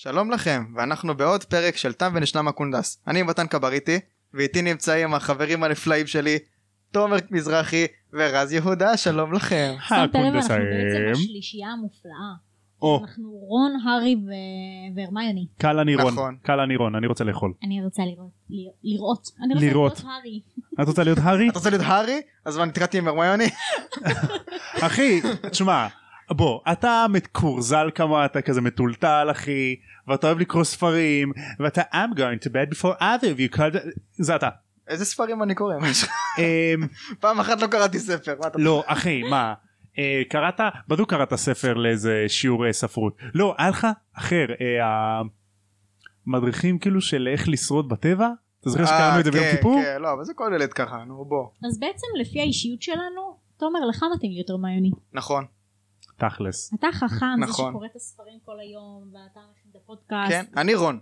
שלום לכם, ואנחנו בעוד פרק של תם ונשלם הקונדס. אני מתן קבריטי, ואיתי נמצאים החברים הנפלאים שלי, תומר מזרחי ורז יהודה, שלום לכם. שמת לב, אנחנו בעצם השלישייה המופלאה. אנחנו רון, הארי והרמיוני. קל אני רון, אני רוצה לאכול. אני רוצה לראות. אני רוצה להיות הארי. את רוצה להיות הארי? את רוצה להיות הארי? אז אני נתקעתי עם הרמיוני. אחי, תשמע, בוא, אתה מקורזל כמה, אתה כזה מטולטל אחי, ואתה אוהב לקרוא ספרים, ואתה I'm going to bed before other of you, זה אתה. איזה ספרים אני קורא? פעם אחת לא קראתי ספר. לא, אחי, מה? בדיוק קראת ספר לאיזה שיעור ספרות. לא, היה לך אחר, המדריכים כאילו של איך לשרוד בטבע, אתה זוכר שקראנו את זה ביום כיפור? כן, לא, אבל זה כל ילד ככה, נו בוא. אז בעצם לפי האישיות שלנו, תומר, לך מתאים לי יותר מיוני. נכון. תכלס. אתה חכם, זה שקורא את הספרים כל היום, ואתה מכין את הפודקאסט. כן, אני רון.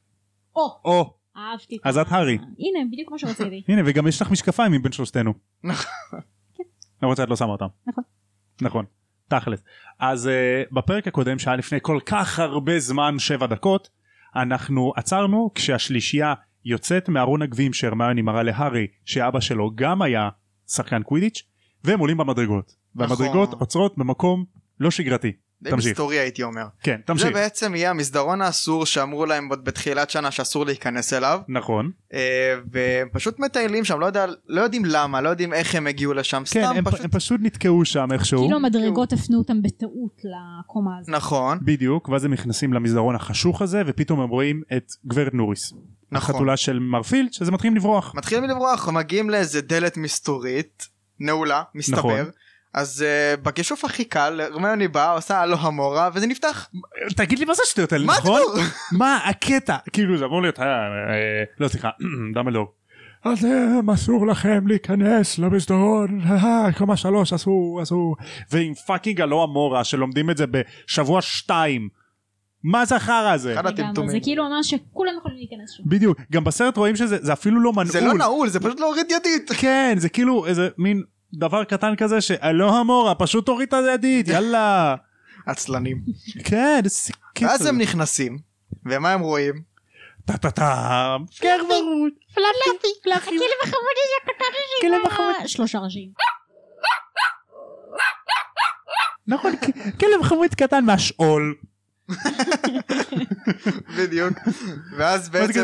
או. אהבתי. אז את הארי. הנה, בדיוק כמו שרציתי. הנה, וגם יש לך משקפיים מבין שלושתנו. נכון. למרות שאת לא שמה אותם. נכון. תכלס. אז בפרק הקודם שהיה לפני כל כך הרבה זמן 7 דקות, אנחנו עצרנו כשהשלישייה יוצאת מארון הגביעים שהרמיוני מראה להארי, שאבא שלו גם היה שחקן קווידיץ', והם עולים במדרגות. והמדרגות עוצרות במקום לא שגרתי. די היסטוריה הייתי אומר. כן, תמשיך. זה בעצם יהיה המסדרון האסור שאמרו להם בתחילת שנה שאסור להיכנס אליו. נכון. ופשוט מטיילים שם, לא יודעים למה, לא יודעים איך הם הגיעו לשם. כן, הם פשוט נתקעו שם איכשהו. כאילו המדרגות הפנו אותם בטעות לקומה הזאת. נכון. בדיוק, ואז הם נכנסים למסדרון החשוך הזה, ופתאום הם רואים את גברת נוריס. החתולה של מרפילד, שזה מתחילים לברוח. מתחילים לברוח, מגיעים לאיזה דלת מסתורית, נעולה, מסתבר. אז בכישוף הכי קל, הרמיוני באה, עושה לו המורה, וזה נפתח. תגיד לי מה זה שטויות האלה, נכון? מה הקטע? כאילו זה אמור להיות, לא סליחה, דמבלדור. אתם אסור לכם להיכנס למסדרון, קומה 3 אסור. ועם פאקינג הלא המורה, שלומדים את זה בשבוע 2. מה זה החרא הזה? זה כאילו אומר שכולם יכולים להיכנס שם. בדיוק, גם בסרט רואים שזה אפילו לא מנעול. זה לא נעול, זה פשוט להוריד ידית. כן, זה כאילו איזה מין דבר קטן כזה שלא המורה, פשוט תוריד את הידית, יאללה. עצלנים. כן, ואז הם נכנסים, ומה הם רואים? טה-טה-טה. קרברות. פלאפי. הכלב החמוד הזה הקטן הזה. כלב החמוד. 3 ראשים. נכון, כלב חמוד קטן מהשאול. בדיוק. ואז בעצם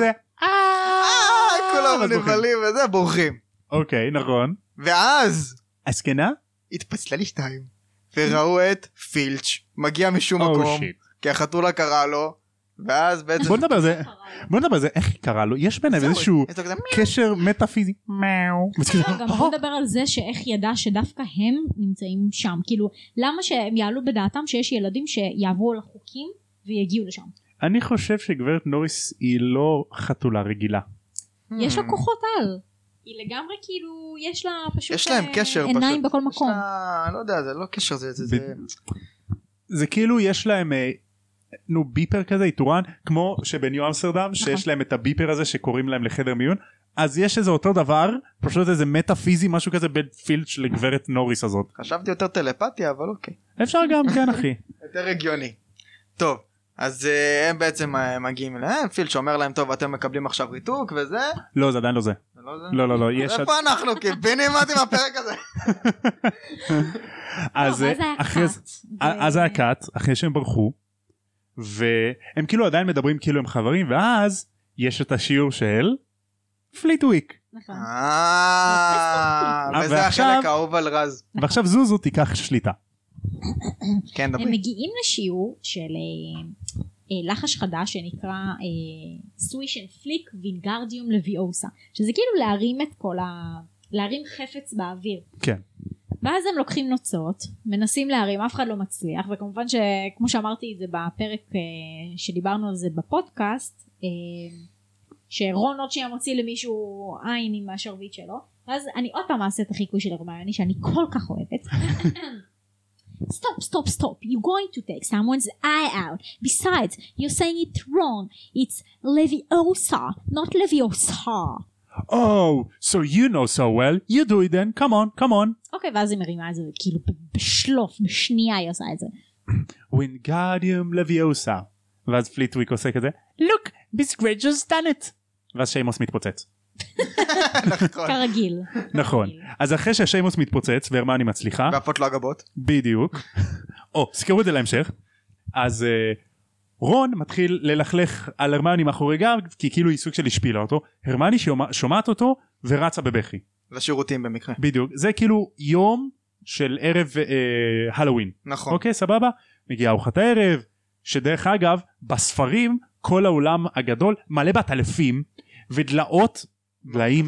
כולם נבלים וזה בורחים. אוקיי, נכון. ואז הסקנה התפצלה לי 2 וראו את פילץ' מגיע משום מקום כי החתולה קרא לו, ואז בעצם בוא נדבר על זה איך קרא לו, יש ביניהם איזשהו קשר מטאפיזי. גם בוא נדבר על זה שאיך ידע שדווקא הם נמצאים שם, כאילו למה שהם יעלו בדעתם שיש ילדים שיעברו על החוקים ויגיעו לשם. אני חושב שגברת נוריס היא לא חתולה רגילה, יש לה כוחות על, היא לגמרי כאילו יש לה פשוט יש להם קשר עיניים בכל מקום. אני לא יודע, זה לא קשר, זה כאילו יש להם ביפר כזה, איתורן, כמו שבניו אמסטרדם שיש להם את הביפר הזה שקוראים להם לחדר מיון, אז יש איזה אותו דבר, פשוט איזה מטאפיזי משהו כזה בין פילץ' לגברת נוריס הזאת. חשבתי יותר טלפתיה, אבל אוקיי, אפשר גם, כן אחי. יותר הגיוני. טוב, אז הם בעצם מגיעים אליהם, פילץ' אומר להם טוב אתם מקבלים עכשיו ריתוק וזה. לא, זה עדיין לא זה. לא, איפה אנחנו? קיבינים מה הפרק הזה. אז היה קאט, אחרי שהם ברחו, והם כאילו עדיין מדברים כאילו הם חברים, ואז יש את השיעור של פליטוויק. נכון. וזה החלק האהוב על רז. ועכשיו זוזו תיקח שליטה. כן, דברי. הם מגיעים לשיעור של לחש חדש שנקרא סוויש אנד פליק וינגרדיום לוויוסה, שזה כאילו להרים חפץ באוויר. כן. ואז הם לוקחים נוצות, מנסים להרים, אף אחד לא מצליח, וכמובן שכמו שאמרתי את זה בפרק שדיברנו על זה בפודקאסט, שרון עוד שנייה מוציא למישהו עין עם השרביט שלו, ואז אני עוד פעם אעשה את החיקוי של הרמיוני שאני כל כך אוהבת. Stop. You're going to take someone's eye out. Besides, you're saying it wrong. It's Leviosa, not Leviosa. Oh, so you know so well. You do it then. Come on. אוקיי, ואז היא מרימה את זה, כאילו בשלוף, בשנייה היא עושה את זה. Wingardium Leviosa. ואז פליטוויק עושה כזה, look, this great just done it. ואז שיימוס מתפוצץ. כרגיל. נכון. אז אחרי שהשיימוס מתפוצץ והרמני מצליחה. והפות לא הגבות. בדיוק. זכרו את זה להמשך. אז רון מתחיל ללכלך על הרמני מאחורי גב, כי כאילו היא סוג של השפילה אותו. הרמני שומעת אותו ורצה בבכי. לשירותים במקרה. בדיוק. זה כאילו יום של ערב הלואוין. נכון. אוקיי, סבבה? מגיעה ארוחת הערב, שדרך אגב, בספרים, כל העולם הגדול מלא בעטלפים, ודלאות, דלאים,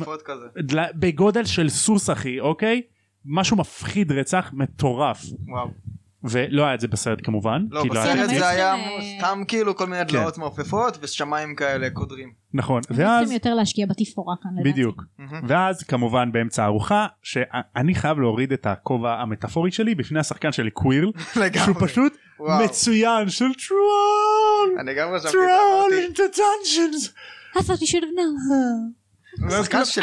בגודל של סוס אחי, אוקיי? משהו מפחיד רצח מטורף. וואו. ולא היה את זה בסרט כמובן. לא, בסרט זה היה סתם כאילו כל מיני דלאות מעופפות ושמיים כאלה קודרים. נכון. ואז צריכים יותר להשקיע בתפאורה כאן. בדיוק. ואז כמובן באמצע הארוחה, שאני חייב להוריד את הכובע המטאפורי שלי בפני השחקן שלי קווירל, שהוא פשוט מצוין של טרול. אני גם חשבתי טרול into dungeons. I thought you should have known.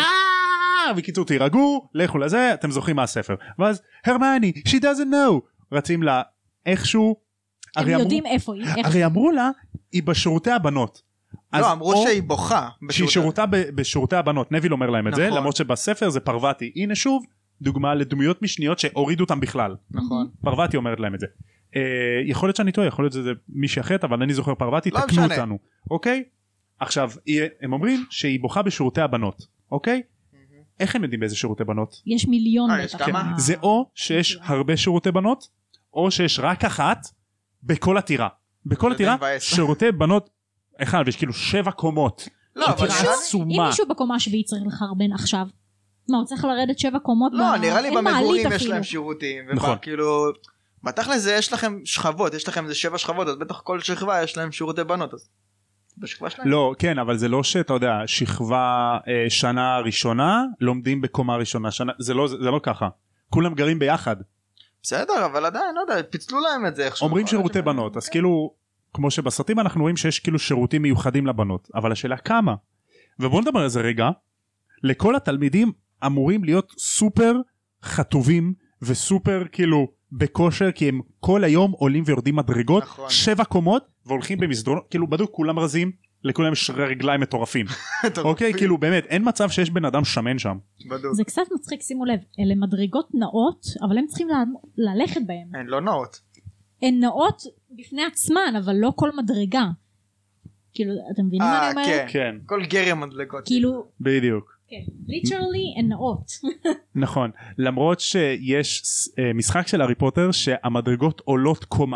בקיצור תירגעו, לכו לזה, אתם זוכרים מה הספר. ואז הרמני, she doesn't know. רצים לה איכשהו. הם יודעים איפה היא. הרי אמרו לה, היא בשירותי הבנות. לא, אמרו שהיא בוכה. שהיא שירותה בשירותי הבנות, נביל אומר להם את זה, למרות שבספר זה פרוותי. הנה שוב, דוגמה לדמויות משניות שהורידו אותם בכלל. נכון. פרוותי אומרת להם את זה. יכול להיות שאני טועה, יכול להיות שזה מישהי אחרת, אבל אני זוכר פרוותי, תקנו אותנו. אוקיי? עכשיו, הם אומרים שהיא בוכה בשירותי הבנות. אוקיי? איך הם יודעים באיזה שירותי בנות? יש מיליון. זה או שיש הרבה שירותי בנות, או שיש רק אחת בכל עתירה. בכל עתירה שירותי בנות אחד, ויש כאילו 7 קומות. לא, אבל אם מישהו בקומה שביעית צריך לחרבן עכשיו, מה, הוא צריך לרדת 7 קומות? לא, נראה לי במגורים יש להם שירותים. נכון. כאילו, בתכל'ס יש לכם שכבות, יש לכם איזה 7 שכבות, אז בטח כל שכבה יש להם שירותי בנות, אז בשכבה שלהם. לא, כן, אבל זה לא שאתה יודע, שכבה שנה ראשונה, לומדים בקומה ראשונה, זה לא ככה. כולם גרים ביחד. בסדר, אבל עדיין, לא יודע, פיצלו להם את זה איכשהו. אומרים שירותי בנות, אז כאילו, כמו שבסרטים אנחנו רואים שיש כאילו שירותים מיוחדים לבנות, אבל השאלה כמה? ובואו נדבר על זה רגע, לכל התלמידים אמורים להיות סופר חטובים, וסופר כאילו בכושר, כי הם כל היום עולים ויורדים מדרגות, 7 קומות, והולכים במסדרונות, כאילו בדיוק כולם רזים, לכולם יש רגליים מטורפים. אוקיי, כאילו באמת, אין מצב שיש בן אדם שמן שם. זה קצת מצחיק, שימו לב, אלה מדרגות נאות, אבל הם צריכים ללכת בהם. הן לא נאות. הן נאות בפני עצמן, אבל לא כל מדרגה. כאילו, אתם מבינים מה אני אומרת? כן. כל גרי מדרגות. כאילו... בדיוק. כן. literally הן נאות. נכון. למרות שיש משחק של הארי פוטר שהמדרגות עולות קומה.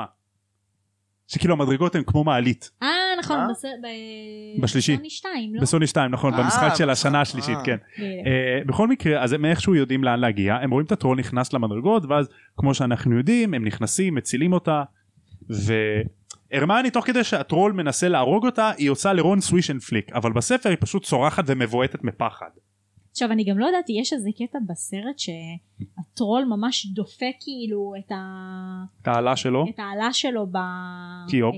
שכאילו המדרגות הן כמו מעלית. נכון, בשלישי. בסוני 2, לא? בסוני 2, נכון, במשחק של השנה השלישית, כן. בכל מקרה, אז הם איכשהו יודעים לאן להגיע, הם רואים את הטרול נכנס למדרגות, ואז כמו שאנחנו יודעים, הם נכנסים, מצילים אותה, והרמני תוך כדי שהטרול מנסה להרוג אותה, היא עושה לרון סוויש אנד פליק, אבל בספר היא פשוט צורחת ומבועטת מפחד. עכשיו אני גם לא יודעת, יש איזה קטע בסרט שהטרול ממש דופק כאילו את העלה שלו, את העלה שלו קיור.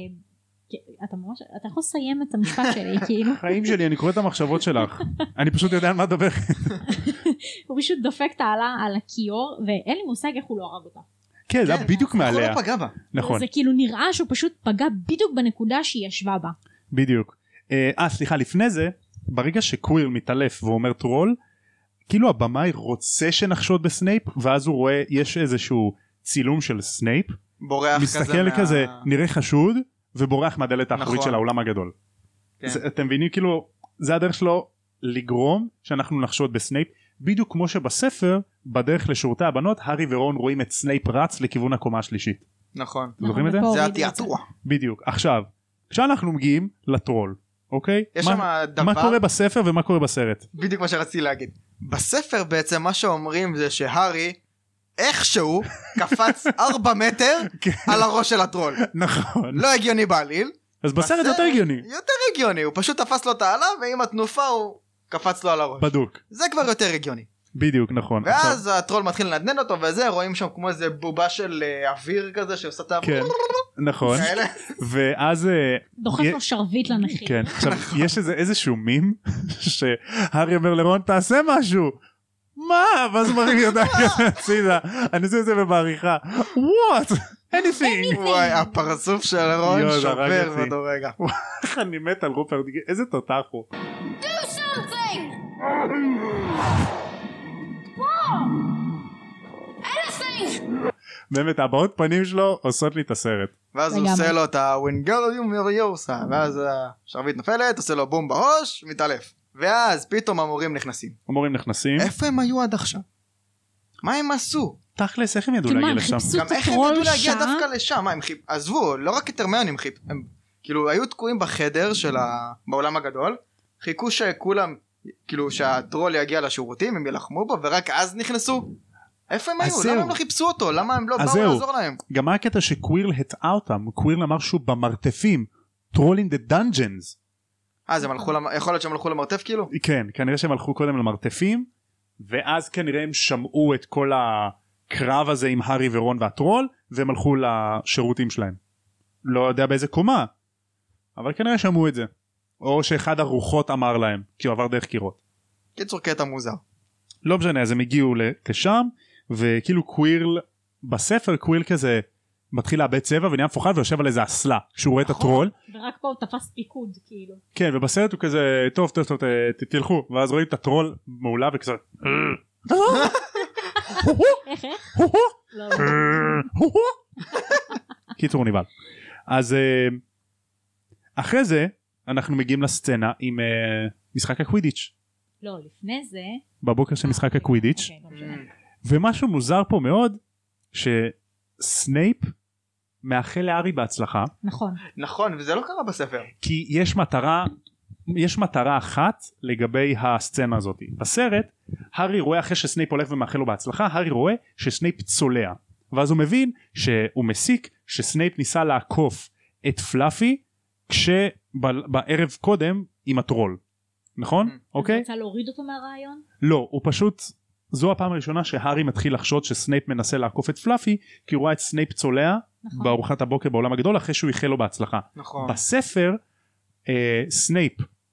אתה יכול לסיים את המשפט שלי כאילו. חיים שלי, אני קורא את המחשבות שלך, אני פשוט יודע על מה לדבר. הוא פשוט דופק את העלה על הקיור ואין לי מושג איך הוא לא הרג אותה. כן, זה היה בדיוק מעליה. הוא לא פגע בה. נכון. זה כאילו נראה שהוא פשוט פגע בדיוק בנקודה שהיא ישבה בה. בדיוק. סליחה, לפני זה, ברגע שקווירל מתעלף והוא אומר טרול, כאילו הבמאי רוצה שנחשוד בסנייפ, ואז הוא רואה, יש איזשהו צילום של סנייפ, בורח מסתכל כזה, נראה חשוד, ובורח מהדלת האחורית של העולם הגדול. אתם מבינים, כאילו, זה הדרך שלו לגרום שאנחנו נחשוד בסנייפ, בדיוק כמו שבספר, בדרך לשירותי הבנות, הארי ורון רואים את סנייפ רץ לכיוון הקומה השלישית. נכון. זוכרים את זה? זה התיאטרוע. בדיוק. עכשיו, כשאנחנו מגיעים לטרול, אוקיי? יש שם דבר... מה קורה בספר ומה קורה בסרט? בדיוק מה שרציתי להגיד. בספר בעצם מה שאומרים זה שהארי איכשהו קפץ 4 מטר על הראש של הטרול. נכון. לא הגיוני בעליל. אז בסרט יותר הגיוני. יותר הגיוני, הוא פשוט תפס לו את העלה ועם התנופה הוא קפץ לו על הראש. בדוק. זה כבר יותר הגיוני. בדיוק, נכון. ואז הטרול מתחיל לנדנד אותו וזה, רואים שם כמו איזה בובה של אוויר כזה שעושה את כן, נכון. ואז... דוחף לו שרביט לנחים. כן, עכשיו יש איזשהו מים שהארי אומר לרון תעשה משהו. מה? ואז מרים ידיים הצידה. אני עושה את זה בעריכה. וואט? anything. וואי, הפרצוף של רון יו, זה הרג שובר אותי. באותו רגע. איך אני מת על רופרט, איזה תותח הוא. Do something! Anything! באמת, הבעות פנים שלו עושות לי את הסרט. ואז הוא לגמרי. עושה לו את הווינגליום מריורסה, ואז השרביט נופלת, עושה לו בום בראש, מתעלף. ואז פתאום המורים נכנסים. המורים נכנסים. איפה הם היו עד עכשיו? מה הם עשו? תכלס, איך הם ידעו כאילו מה, להגיע הם לשם? חיפשו גם את איך הם הטרול ידעו להגיע שם? דווקא לשם? מה, עזבו, לא רק את הרמיון הם כאילו היו תקועים בחדר בעולם הגדול, חיכו שכולם, כאילו שהטרול יגיע לשירותים, הם ילחמו בו, ורק אז נכנסו? איפה הם אז היו? זהו. למה הם לא חיפשו אותו? למה הם לא אז באו זהו. לעזור להם? גם מה הקטע שקווירל הטעה אותם? קווירל אמר שהוא במרתפים. טרול אין דה דאנג'נס. אז הם הלכו, יכול להיות שהם הלכו למרתף כאילו? כן, כנראה שהם הלכו קודם למרתפים, ואז כנראה הם שמעו את כל הקרב הזה עם הארי ורון והטרול, והם הלכו לשירותים שלהם. לא יודע באיזה קומה, אבל כנראה שמעו את זה. או שאחד הרוחות אמר להם, כי הוא עבר דרך קירות. קיצור קטע מוזר. לא משנה, אז הם הגיעו לשם, וכאילו קווירל, בספר קווירל כזה מתחיל לאבד צבע ונהיה מפוחד ויושב על איזה אסלה, כשהוא רואה את הטרול. ורק פה הוא תפס פיקוד כאילו. כן, ובסרט הוא כזה, טוב, תלכו, ואז רואים את הטרול מעולה וכזה, איך? לא, קיצור נבהל. אז אחרי זה אנחנו מגיעים לסצנה עם משחק הקווידיץ'. לא, לפני זה... בבוקר של משחק הקווידיץ'. אוקיי, לא משנה. ומשהו מוזר פה מאוד, שסנייפ מאחל להארי בהצלחה, נכון. נכון, וזה לא קרה בספר. כי יש מטרה אחת לגבי הסצנה הזאת. בסרט, הארי רואה אחרי שסנייפ הולך ומאחל לו בהצלחה, הארי רואה שסנייפ צולע. ואז הוא מבין שהוא מסיק שסנייפ ניסה לעקוף את פלאפי, כשבערב קודם עם הטרול. נכון? הוא אוקיי? רוצה להוריד אותו מהרעיון? לא, הוא פשוט, זו הפעם הראשונה שהארי מתחיל לחשוד שסנייפ מנסה לעקוף את פלאפי, כי הוא רואה את סנייפ צולע נכון. בארוחת הבוקר בעולם הגדול אחרי שהוא איחל לו בהצלחה. נכון. בספר סנייפ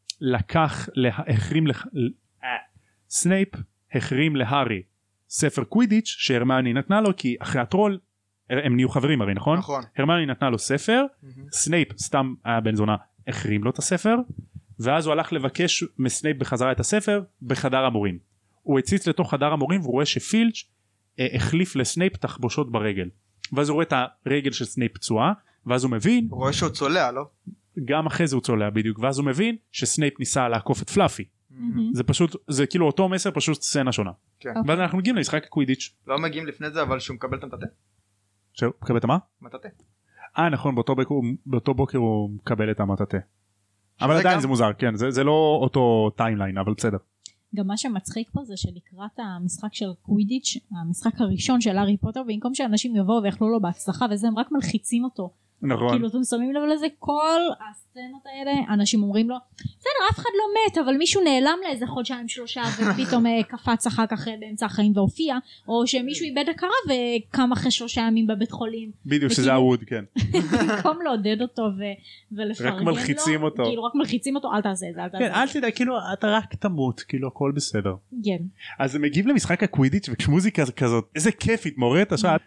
החרים להארי ספר קווידיץ' שהרמיוני נתנה לו, כי אחרי הטרול הם נהיו חברים הרי, נכון? נכון. הרמיוני נתנה לו ספר, סנייפ סתם היה בן זונה, החרים לו את הספר, ואז הוא הלך לבקש מסנייפ בחזרה את הספר בחדר המורים. הוא הציץ לתוך חדר המורים והוא רואה שפילץ' החליף לסנייפ תחבושות ברגל, ואז הוא רואה את הרגל של סנייפ פצועה, ואז הוא מבין, הוא רואה שהוא צולע, לא? גם אחרי זה הוא צולע בדיוק, ואז הוא מבין שסנייפ ניסה לעקוף את פלאפי. זה פשוט, זה כאילו אותו מסר, פשוט סצנה שונה. כן. ואז אנחנו מגיעים למשחק הקווידיץ'. לא מגיעים לפני זה, אבל שהוא מקבל את המטאטה. שהוא מקבל את מה? מטאטה. נכון, באותו בוקר הוא מקבל את המטאטה. אבל שזה עדיין גם- זה מוזר, כן, זה לא אותו טיימליין, אבל בסדר. גם מה שמצחיק פה זה שלקראת המשחק של קווידיץ', המשחק הראשון של הארי פוטר, במקום שאנשים יבואו ויאכלו לו בהצלחה וזה, הם רק מלחיצים אותו. נכון. כאילו אתם שמים לב לזה, כל הסצנות האלה אנשים אומרים לו בסדר אף אחד לא מת אבל מישהו נעלם לאיזה חודשיים שלושה ופתאום קפץ אחר כך באמצע החיים והופיע, או שמישהו איבד הכרה וקם אחרי 3 ימים בבית חולים, בדיוק, שזה וכאילו- הווד, כן. במקום לעודד אותו ולפרגן לו, רק מלחיצים אותו. כאילו רק מלחיצים אותו, אל תעשה את זה, אל תעשה כן, את אל זה. תדע, כאילו, אתה רק תמות, כאילו, הכל בסדר. כן. אז הם מגיעים למשחק הקווידיץ' וכשמוזיקה כזאת, איזה כיפית, מעוררת השראה.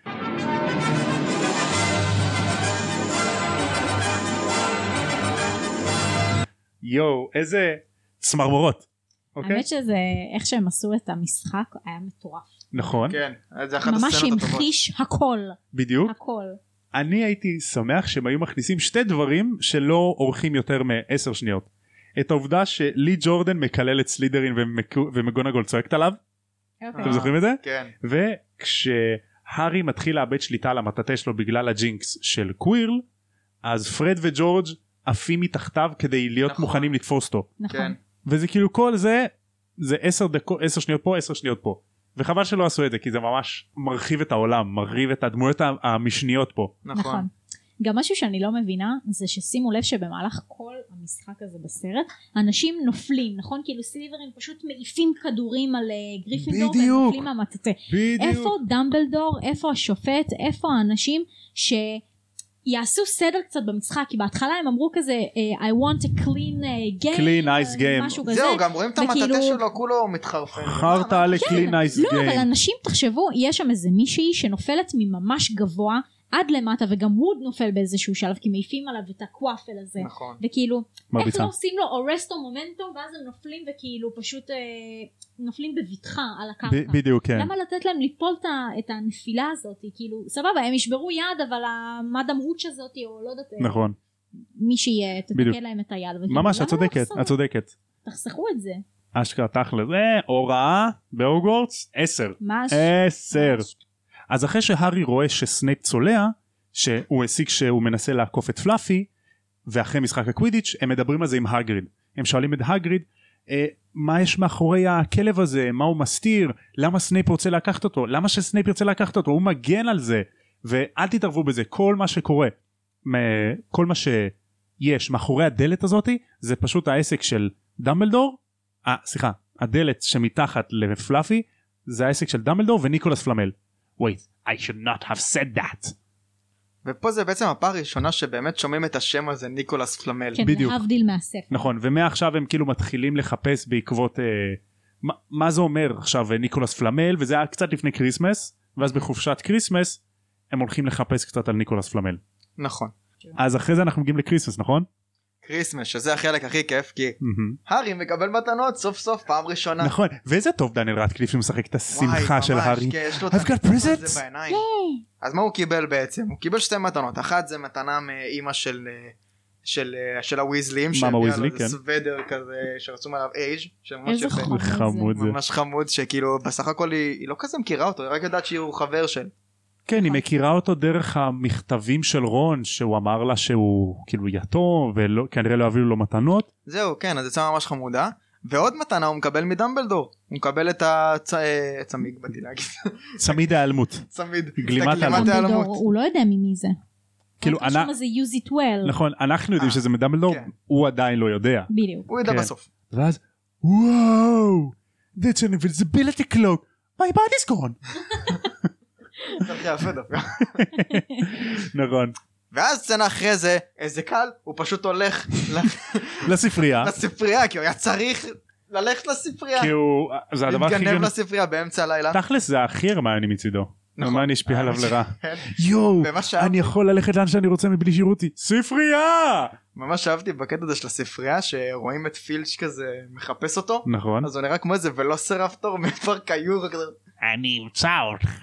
יואו, איזה צמרמורות. אוקיי? האמת שזה איך שהם עשו את המשחק היה מטורף, נכון, כן, זה אחת ממש הסצנות הטובות. המחיש הכל, בדיוק. הכל. אני הייתי שמח שהם היו מכניסים 2 דברים שלא אורכים יותר מ10 שניות. את העובדה שלי ג'ורדן מקלל את סלידרין ומגונגול צועקת עליו, אוקיי. אתם זוכרים את זה? כן. וכשהארי מתחיל לאבד שליטה על המטאטה שלו בגלל הג'ינקס של קווירל, אז פרד וג'ורג' עפים מתחתיו כדי להיות נכון. מוכנים לתפוס אותו. נכון. כן. וזה כאילו כל זה 10 שניות פה 10 שניות פה, וחבל שלא עשו את זה כי זה ממש מרחיב את העולם, מרחיב את הדמויות המשניות פה. נכון. גם משהו שאני לא מבינה זה ששימו לב שבמהלך כל המשחק הזה בסרט אנשים נופלים, נכון? כאילו סלידרין פשוט מעיפים כדורים על גריפינדור והם בדיוק. נופלים מהמטאטה. איפה דמבלדור, איפה השופט, איפה האנשים שיעשו סדר קצת במשחק? כי בהתחלה הם אמרו כזה I want a clean game, Clean, nice game. משהו כזה. זהו, גם רואים את המטאטה וכאילו- שלו, כולו מתחרפן. חרטה לקלין נייס לא, אבל גיים. אנשים תחשבו, יש שם איזה מישהי שנופלת מממש גבוה, עד למטה, וגם ווד נופל באיזשהו שלב, כי מעיפים עליו את הקוואפל הזה. נכון. וכאילו, מרביצה. איך לא עושים לו אורסט או מומנטום, ואז הם נופלים וכאילו פשוט נופלים בבטחה על הקרקע. בדיוק, כן. למה לתת להם ליפול את הנפילה הזאת? כאילו, סבבה, הם ישברו יד, אבל המאדם רוץ' הזאת, או לא יודעת, נכון. מישהי בדיוק. תתקן להם את היד. ממש, את צודקת, את צודקת. תחסכו את זה. אשכרה תכל'ס, הוראה בהוגוורטס 10. ממש. 10. אז אחרי שהארי רואה שסנייפ צולע, שהוא השיג שהוא מנסה לעקוף את פלאפי, ואחרי משחק הקווידיץ' הם מדברים על זה עם הגריד. הם שואלים את הגריד, מה יש מאחורי הכלב הזה, מה הוא מסתיר, למה סנייפ רוצה לקחת אותו, למה שסנייפ ירצה לקחת אותו, הוא מגן על זה, ואל תתערבו בזה, כל מה שקורה, כל מה שיש מאחורי הדלת הזאת, זה פשוט העסק של דמבלדור, סליחה, הדלת שמתחת לפלאפי, זה העסק של דמבלדור וניקולס פלמל. Wait, I should not have said that. ופה זה בעצם הפעם הראשונה שבאמת שומעים את השם הזה, ניקולס פלמל. כן, בדיוק. להבדיל מהספר. נכון, ומעכשיו הם כאילו מתחילים לחפש בעקבות, מה זה אומר עכשיו ניקולס פלמל, וזה היה קצת לפני קריסמס, ואז בחופשת קריסמס, הם הולכים לחפש קצת על ניקולס פלמל. נכון. אז אחרי זה אנחנו מגיעים לקריסמס, נכון? קריסמס, שזה החלק הכי כיף, כי הארי מקבל מתנות סוף סוף פעם ראשונה. נכון, ואיזה טוב דניאל רדקליף שמשחק את השמחה של הארי. I've got presents. אז מה הוא קיבל בעצם? הוא קיבל שתי מתנות, אחת זה מתנה מאמא של הוויזלים, מאמה ויזלי, כן. סוודר כזה שרצו עליו אייג' איזה חמוד זה. זה. ממש חמוד, שכאילו בסך הכל היא לא כזה מכירה אותו, היא רק יודעת שהוא חבר של. כן, היא מכירה אותו דרך המכתבים של רון, שהוא אמר לה שהוא כאילו יתום, וכנראה לא הביאו לו מתנות. זהו, כן, אז יצא ממש חמודה. ועוד מתנה הוא מקבל מדמבלדור, הוא מקבל את הצמיג, באתי להגיד. צמיד ההיעלמות. צמיד. גלימת דמבלדור, הוא לא יודע ממי זה. כאילו, שם זה use it well. נכון, אנחנו יודעים שזה מדמבלדור, כן. הוא עדיין לא יודע. בדיוק. הוא ידע כן. בסוף. ואז, וואו, that's an invisibility cloak, my body's gone. זה הכי יפה דווקא. נכון. ואז סצנה אחרי זה, איזה קל, הוא פשוט הולך לספרייה. לספרייה, כי הוא היה צריך ללכת לספרייה. כי הוא, זה הדבר הכי להתגנב גאון. לספרייה באמצע הלילה. תכלס זה הכי הרמיוני מצידו. נכון. הרמיוני השפיע עליו לרע. כן. יואו, ומה שאהבתי- אני יכול ללכת לאן שאני רוצה מבלי שיראו אותי. ספרייה! ממש אהבתי בקטע הזה של הספרייה, שרואים את פילץ' כזה מחפש אותו, נכון. אז הוא נראה כמו איזה ולוסרפטור מפר קיור כזה. אני אמצא אותך.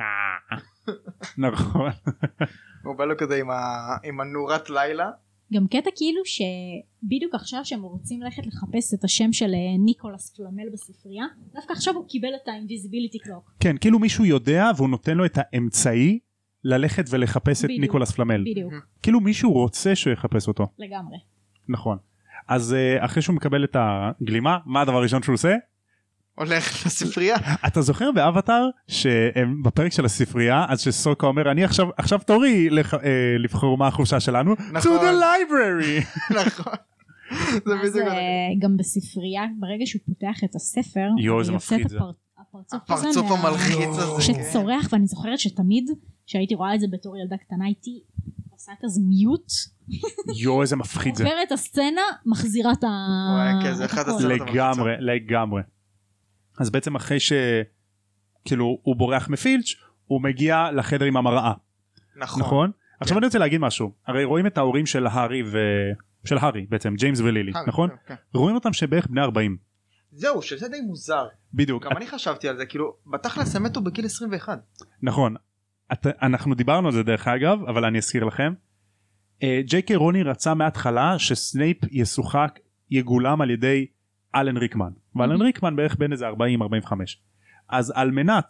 נכון. הוא בא לו כזה עם הנורת לילה. גם קטע כאילו שבדיוק עכשיו שהם רוצים ללכת לחפש את השם של ניקולס פלמל בספרייה, דווקא עכשיו הוא קיבל את ה-invisibility cloak. כן, כאילו מישהו יודע והוא נותן לו את האמצעי ללכת ולחפש את בדיוק. ניקולס פלמל. בדיוק, כאילו מישהו רוצה שהוא יחפש אותו. לגמרי. נכון. אז אחרי שהוא מקבל את הגלימה, מה הדבר הראשון שהוא עושה? הולך לספרייה. אתה זוכר באבטר שהם בפרק של הספרייה, אז שסוקה אומר אני עכשיו תורי לבחור מה החופשה שלנו, נכון. to the library. נכון. זה אז בדיוק. גם בספרייה ברגע שהוא פותח את הספר, יואו, איזה יוצא מפחיד את זה. הפרצוף המלחיץ הזה. שצורח, ואני זוכרת שתמיד שהייתי רואה את זה בתור ילדה קטנה הייתי עושה כזה מיוט, יואו איזה מפחיד זה. עוברת הסצנה, מחזירה את וואי, כן, זה אחד הכל. הסצנות. לגמרי. אז בעצם אחרי שכאילו הוא בורח מפילץ' הוא מגיע לחדר עם המראה. נכון? עכשיו אני רוצה להגיד משהו. הרי רואים את ההורים של הארי של הארי בעצם, ג'יימס ולילי, נכון? רואים אותם שבערך בני 40. זהו, שזה די מוזר. בדיוק. גם אני חשבתי על זה, כאילו, בתכלס הם מתו בגיל 21. נכון. אנחנו דיברנו על זה דרך אגב, אבל אני אזכיר לכם. ג'יי קיי רולינג רצה מההתחלה שסנייפ ישוחק, יגולם על ידי אלן ריקמן. ואלן ריקמן בערך בין איזה 40-45. אז על מנת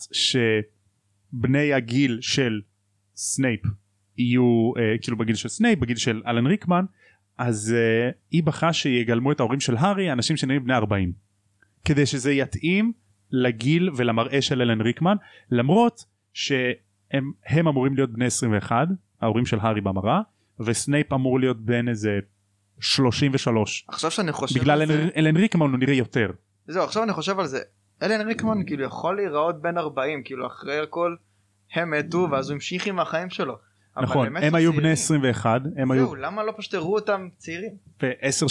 שבני הגיל של סנייפ יהיו כאילו בגיל של סנייפ, בגיל של אלן ריקמן, אז היא בחרה שיגלמו את ההורים של הארי, אנשים שנראים בני 40. כדי שזה יתאים לגיל ולמראה של אלן ריקמן, למרות שהם אמורים להיות בני 21, ההורים של הארי במראה, וסנייפ אמור להיות בין איזה 33. עכשיו שאני חושב בגלל על זה, אלן ריקמן הוא נראה יותר. זהו, עכשיו אני חושב על זה, אלן ריקמן כאילו יכול להיראות בין 40, כאילו אחרי הכל הם מתו ואז הוא המשיך עם החיים שלו. נכון, הם היו בני 21, זהו, למה לא פשוט הראו אותם צעירים?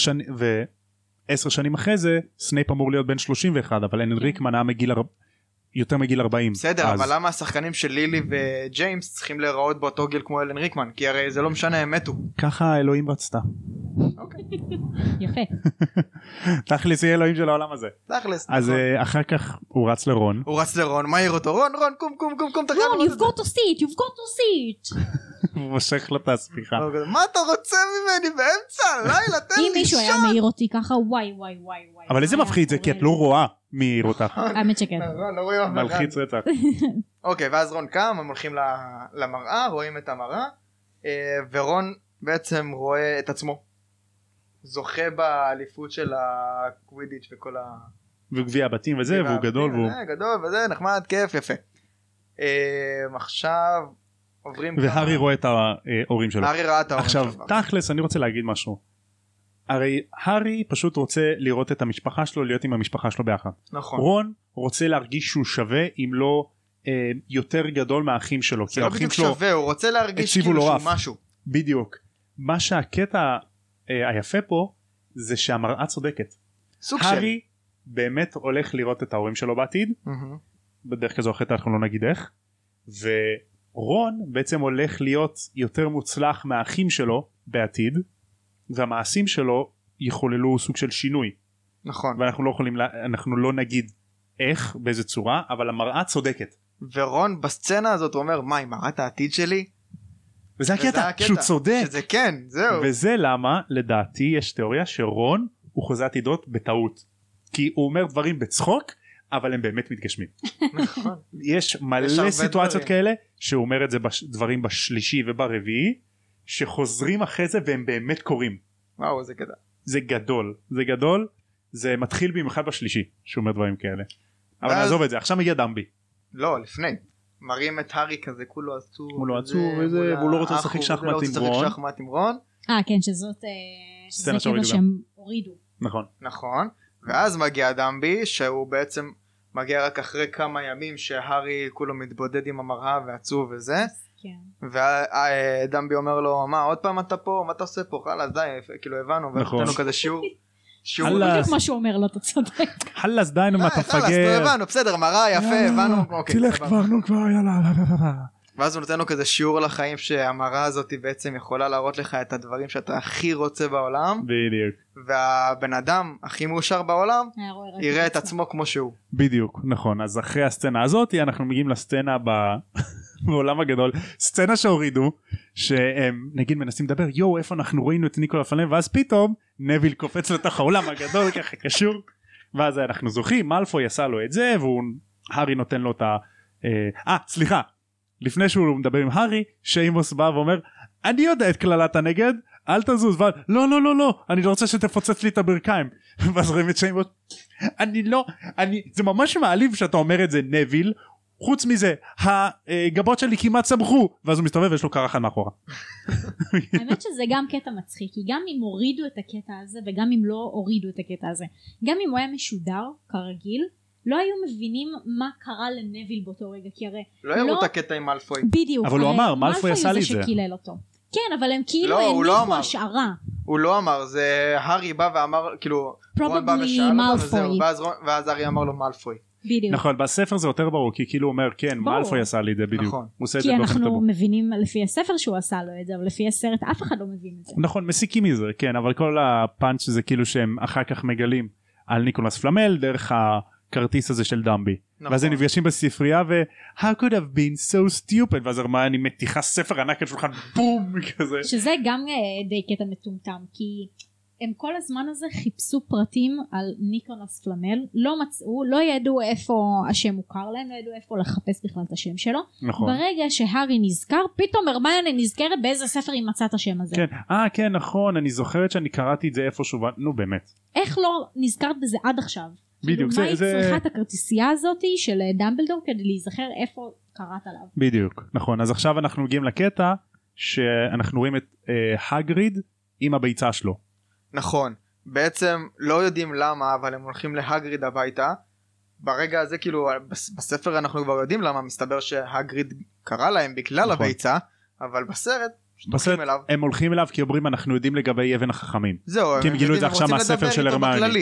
ו10 שנים אחרי זה סנייפ אמור להיות בן 31, אבל אלן ריקמן היה מגיל יותר מגיל 40. בסדר, אבל למה השחקנים של לילי וג'יימס צריכים להיראות באותו גיל כמו אלן ריקמן? כי הרי זה לא משנה, הם מתו. ככה אלוהים רצתה. יפה. תכלס יהיה אלוהים של העולם הזה. תכלס. אז אחר כך הוא רץ לרון. מה העיר אותו? רון, קום, רון, you've got to see it. הוא מושך לו את הספיחה. מה אתה רוצה ממני באמצע הלילה? תן לי אם מישהו היה מעיר אותי ככה, וואי. אבל איזה מפחיד זה, כי את לא רואה מי העיר אותך. האמת שכן. לא רואים אף אחד. מלחיץ רצח. אוקיי, ואז רון קם, הם הולכים למראה, רואים את המראה, ורון בעצם רואה את עצמו. זוכה באליפות של הקווידיץ' וכל ה... וגביע הבתים וזה, והוא גדול. גדול וזה, נחמד, כיף, יפה. עכשיו עוברים... והארי רואה את ההורים שלו. הארי ראה את ההורים שלו. עכשיו, תכלס, אני רוצה להגיד משהו. הרי הארי פשוט רוצה לראות את המשפחה שלו, להיות עם המשפחה שלו ביחד. נכון. רון רוצה להרגיש שהוא שווה, אם לא יותר גדול מהאחים שלו. זה לא בדיוק שווה, הוא רוצה להרגיש כאילו שהוא משהו. בדיוק. מה שהקטע היפה פה, זה שהמראה צודקת. סוג של. הארי באמת הולך לראות את ההורים שלו בעתיד, בדרך כזו אחרת אנחנו לא נגיד איך, ורון בעצם הולך להיות יותר מוצלח מהאחים שלו בעתיד, והמעשים שלו יחוללו סוג של שינוי. נכון. ואנחנו לא יכולים, אנחנו לא נגיד איך, באיזה צורה, אבל המראה צודקת. ורון בסצנה הזאת הוא אומר, מה, היא מראה את העתיד שלי? וזה הקטע, שהוא צודק. שזה כן, זהו. וזה למה, לדעתי, יש תיאוריה שרון הוא חוזה עתידות בטעות. כי הוא אומר דברים בצחוק, אבל הם באמת מתגשמים. נכון. יש מלא סיטואציות כאלה, שהוא אומר את זה דברים בשלישי וברביעי, שחוזרים אחרי זה והם באמת קורים. וואו, זה קטע. זה גדול, זה מתחיל במיוחד בשלישי, שהוא אומר דברים כאלה. אבל נעזוב את זה, עכשיו מגיע דמבי. לא, לפני. מראים את הארי כזה, כולו עצור. כולו עצור וזה, והוא לא רוצה לשחק שחמט עם רון. כן, שזאת סצנה קטע שהם הורידו. נכון. ואז מגיע דמבי, שהוא בעצם מגיע רק אחרי כמה ימים שהארי כולו מתבודד עם המראה ועצוב וזה. כן. ודמבי אומר לו, מה, עוד פעם אתה פה? מה אתה עושה פה? חלאס, די, כאילו הבנו, ונתנו כזה שיעור. בדיוק מה שהוא אומר לו, אתה צודק. חלאס, די, מה אתה מפגר. חלאס, הבנו, בסדר, מראה, יפה, הבנו. תלך כבר, נו כבר, יאללה. ואז הוא נותן לו כזה שיעור לחיים, שהמראה הזאת בעצם יכולה להראות לך את הדברים שאתה הכי רוצה בעולם. בדיוק. והבן אדם הכי מאושר בעולם יראה את עצמו כמו שהוא. בדיוק, נכון. אז אחרי הסצנה הזאת אנחנו מגיעים לסצנה בעולם הגדול, סצנה שהורידו, שהם נגיד מנסים לדבר, יו, איפה אנחנו ראינו את ניקולה פלמל, ואז פתאום נביל קופץ לתוך העולם הגדול ככה קשור, ואז אנחנו זוכים, מאלפוי עשה לו את זה, והארי נותן לו את סליחה, לפני שהוא מדבר עם הארי, שיימוס בא ואומר, אני יודע את כללת הנגד, אל תזוז, לא, אני לא רוצה שתפוצץ לי את הברכיים. ואז רואים את שיימוס, זה ממש מעליב שאתה אומר את זה, נביל, חוץ מזה, הגבות שלי כמעט צמחו, ואז הוא מסתובב ויש לו קרחת מאחורה. האמת שזה גם קטע מצחיק, כי גם אם הורידו את הקטע הזה, וגם אם לא הורידו את הקטע הזה, גם אם הוא היה משודר, כרגיל, לא היו מבינים מה קרה לנביל באותו רגע, כי הרי... לא הראו את הקטע עם מאלפוי. בדיוק. אבל הוא אמר, מאלפוי עשה לי את זה. שקילל אותו. כן, אבל הם כאילו הניחו השערה. הוא לא אמר, זה הארי בא ואמר, כאילו, רון בא ושאל אותו, ואז הארי אמר לו מאלפוי. בדיוק. נכון, בספר זה יותר ברור, כי כאילו הוא אומר, כן, מאלפוי עשה לי את זה בדיוק. כי אנחנו מבינים לפי הספר שהוא עשה לו את זה, אבל לפי הסרט אף אחד לא מבין את זה. נכון, מסיקים מזה, כן, אבל כל הפאנץ' זה כאילו שהם אחר כך מגלים על ניקולס פלמל דרך הכרטיס הזה של דמבי. ואז הם נפגשים בספרייה how could have been so stupid, ואז הרמיוני מתיחה ספר ענק על שולחן בום כזה. שזה גם די קטע מטומטם, כי הם כל הזמן הזה חיפשו פרטים על ניקולס פלמל, לא מצאו, לא ידעו איפה השם מוכר להם, לא ידעו איפה לחפש בכלל את השם שלו. נכון. ברגע שהארי נזכר, פתאום הרמיוני נזכרת באיזה ספר היא מצאה את השם הזה. כן, כן, נכון, אני זוכרת שאני קראתי את זה איפשהו, נו באמת. איך לא נזכרת בזה עד עכשיו? בדיוק, מה היא צריכה את הכרטיסייה הזאת של דמבלדור כדי להיזכר איפה קראת עליו? בדיוק, נכון. אז עכשיו אנחנו מגיעים לקטע שאנחנו רואים את הגריד עם הביצה שלו. נכון, בעצם לא יודעים למה, אבל הם הולכים להגריד הביתה. ברגע הזה כאילו בספר אנחנו כבר יודעים למה, מסתבר שהגריד קרא להם בגלל הביצה, אבל בסרט הם הולכים אליו כי אומרים אנחנו יודעים לגבי אבן החכמים. זהו, כי הם גילו את זה עכשיו מהספר של הרמיוני.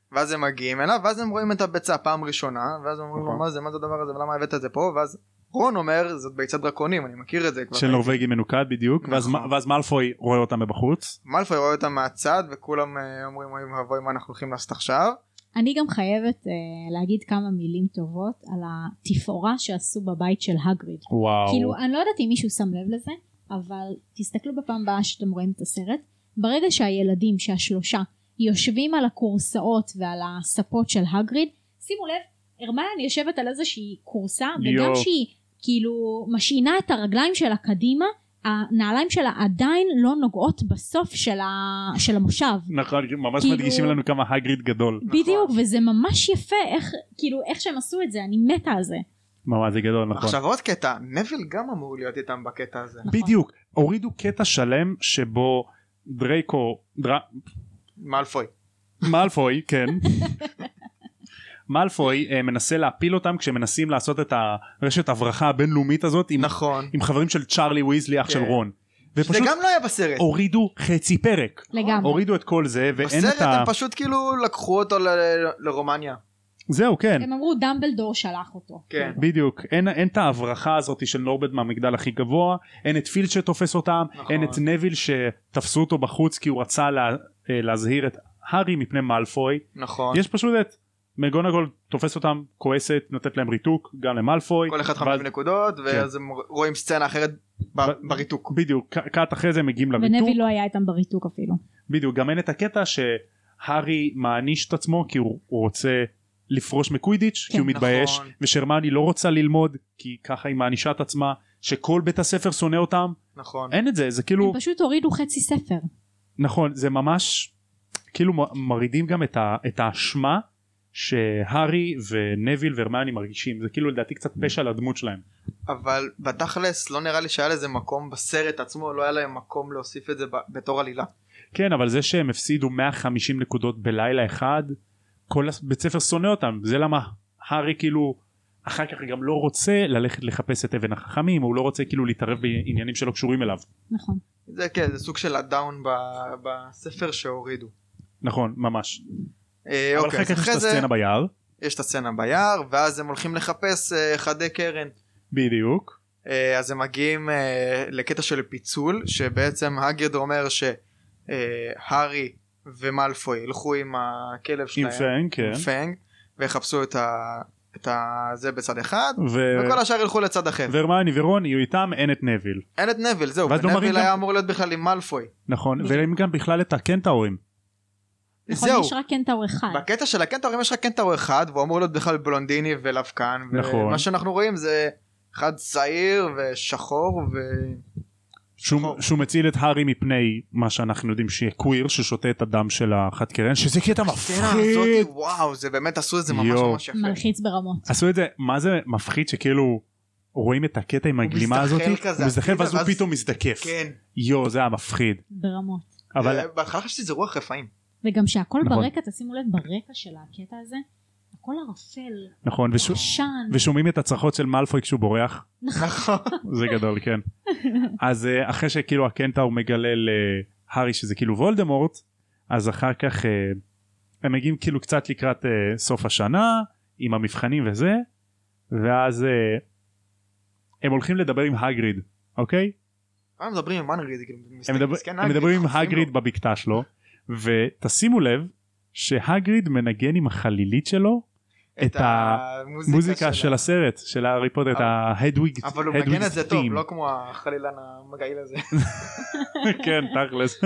ואז הם מגיעים אליו, ואז הם רואים את הביצה פעם ראשונה, ואז אומרים לו מה זה הדבר הזה ולמה הבאת את זה פה, ואז רון אומר זאת ביצת דרקונים, אני מכיר את זה כבר. של נורווגי מנוקד בדיוק, ואז מאלפוי רואה אותם מבחוץ. מאלפוי רואה אותם מהצד וכולם אומרים אוי מה אנחנו הולכים לעשות עכשיו. אני גם חייבת להגיד כמה מילים טובות על התפאורה שעשו בבית של הגריד. וואו. כאילו אני לא יודעת אם מישהו שם לב לזה, אבל תסתכלו בפעם הבאה שאתם רואים את הסרט, ברגע שהילדים שהשלושה יושבים על הקורסאות ועל הספות של הגריד, שימו לב, הרמיוני יושבת על איזושהי קורסה, וגם שהיא כאילו משעינה את הרגליים שלה קדימה, הנעליים שלה עדיין לא נוגעות בסוף של המושב. נכון, ממש מדגישים לנו כמה הגריד גדול. בדיוק, וזה ממש יפה, איך שהם עשו את זה, אני מתה על זה. ממש זה גדול, נכון. עכשיו עוד קטע, נביל גם אמור להיות איתם בקטע הזה. בדיוק, הורידו קטע שלם שבו מאלפוי, כן. מאלפוי מנסה להפיל אותם כשמנסים לעשות את הרשת הברחה הבינלאומית הזאת עם חברים של צ'ארלי ויזלי אח של רון. זה גם לא היה בסרט. הורידו חצי פרק. לגמרי. הורידו את כל זה ואין את בסרט הם פשוט כאילו לקחו אותו לרומניה. זהו, כן. הם אמרו דמבלדור שלח אותו. כן. בדיוק. אין את ההברחה הזאת של נורבד מהמגדל הכי גבוה, אין את פילד שתופס אותם, אין את נביל שתפסו אותו בחוץ כי הוא רצה להזהיר את הארי מפני מאלפוי. נכון. יש פשוט את מגונגול תופס אותם, כועסת, נותנת להם ריתוק, גם למאלפוי. כל אחד 5 נקודות, ואז הם רואים סצנה אחרת בריתוק. בדיוק, קאט אחרי זה מגיעים לריתוק. ונביל לא היה איתם בריתוק אפילו. בדיוק, גם אין את הקטע שהארי מעניש את עצמו, כי הוא רוצה לפרוש מקווידיץ', כי הוא מתבייש, ושהרמיוני לא רוצה ללמוד, כי ככה היא מענישה את עצמה, שכל בית הספר שונא אותם. נכון. אין את זה, זה כאילו... הם פשוט הורידו חצי ספר. נכון, זה ממש, כאילו מורידים גם את האשמה, שהארי ונביל והרמיוני מרגישים, זה כאילו לדעתי קצת פשע לדמות שלהם. אבל בתכלס לא נראה לי שהיה לזה מקום בסרט עצמו, לא היה להם מקום להוסיף את זה בתור עלילה. כן, אבל זה שהם הפסידו 150 נקודות בלילה אחד, כל בית ספר שונא אותם, זה למה הארי כאילו אחר כך גם לא רוצה ללכת לחפש את אבן החכמים, הוא לא רוצה כאילו להתערב בעניינים שלא קשורים אליו. נכון. זה כן, זה סוג של הדאון בספר שהורידו. נכון, ממש. אבל אחר כך יש את הסצנה ביער. יש את הסצנה ביער, ואז הם הולכים לחפש חדי קרן. בדיוק. אז הם מגיעים לקטע של פיצול, שבעצם הגריד אומר שהארי ומאלפוי ילכו עם הכלב שלהם. עם פנג, כן. עם פנג, ויחפשו את זה בצד אחד, וכל השאר ילכו לצד אחר. והרמיוני ורון יהיו איתם, אין את נביל. אין את נביל, זהו. ונביל היה אמור להיות בכלל עם מאלפוי. נכון, והם גם בכלל את הקנטאורים. נכון, יש רק קנטאור אחד. בקטע של הקנטאורים יש רק קנטאור אחד, והוא אמור להיות בכלל בלונדיני ולבקן, ומה שאנחנו רואים זה אחד צעיר ושחור שהוא מציל את הארי מפני מה שאנחנו יודעים שיהיה קוויר ששותה את הדם של החד קרן, שזה קטע מפחיד. וואו, זה באמת עשו את זה ממש יפה. מלחיץ ברמות. עשו את זה, מה זה מפחיד שכאילו רואים את הקטע עם הגלימה הזאת, הוא מזדחל ואז הוא פתאום מזדקף. זה היה מפחיד. ברמות. בהתחלה חשבתי שזה רוח רפאים. וגם שהכל ברקע, תשימו לב ברקע של הקטע הזה, הכל ערפל. נכון, ושומעים את הצרחות של מאלפוי כשהוא בורח. נכון. זה גדול, כן. אז אחרי שכאילו הקנטאור מגלה להארי שזה כאילו וולדמורט, אז אחר כך הם מגיעים כאילו קצת לקראת סוף השנה, עם המבחנים וזה, ואז הם הולכים לדבר עם הגריד, אוקיי? הם מדברים עם הגריד, הם מדברים עם הגריד בבקתה שלו, ותשימו לב שהגריד מנגן עם החלילית שלו את המוזיקה של הסרט של הארי פוטר, את ההדוויג. אבל הוא מנגן את זה טוב, לא כמו החלילן המגעיל הזה. כן, תכלס.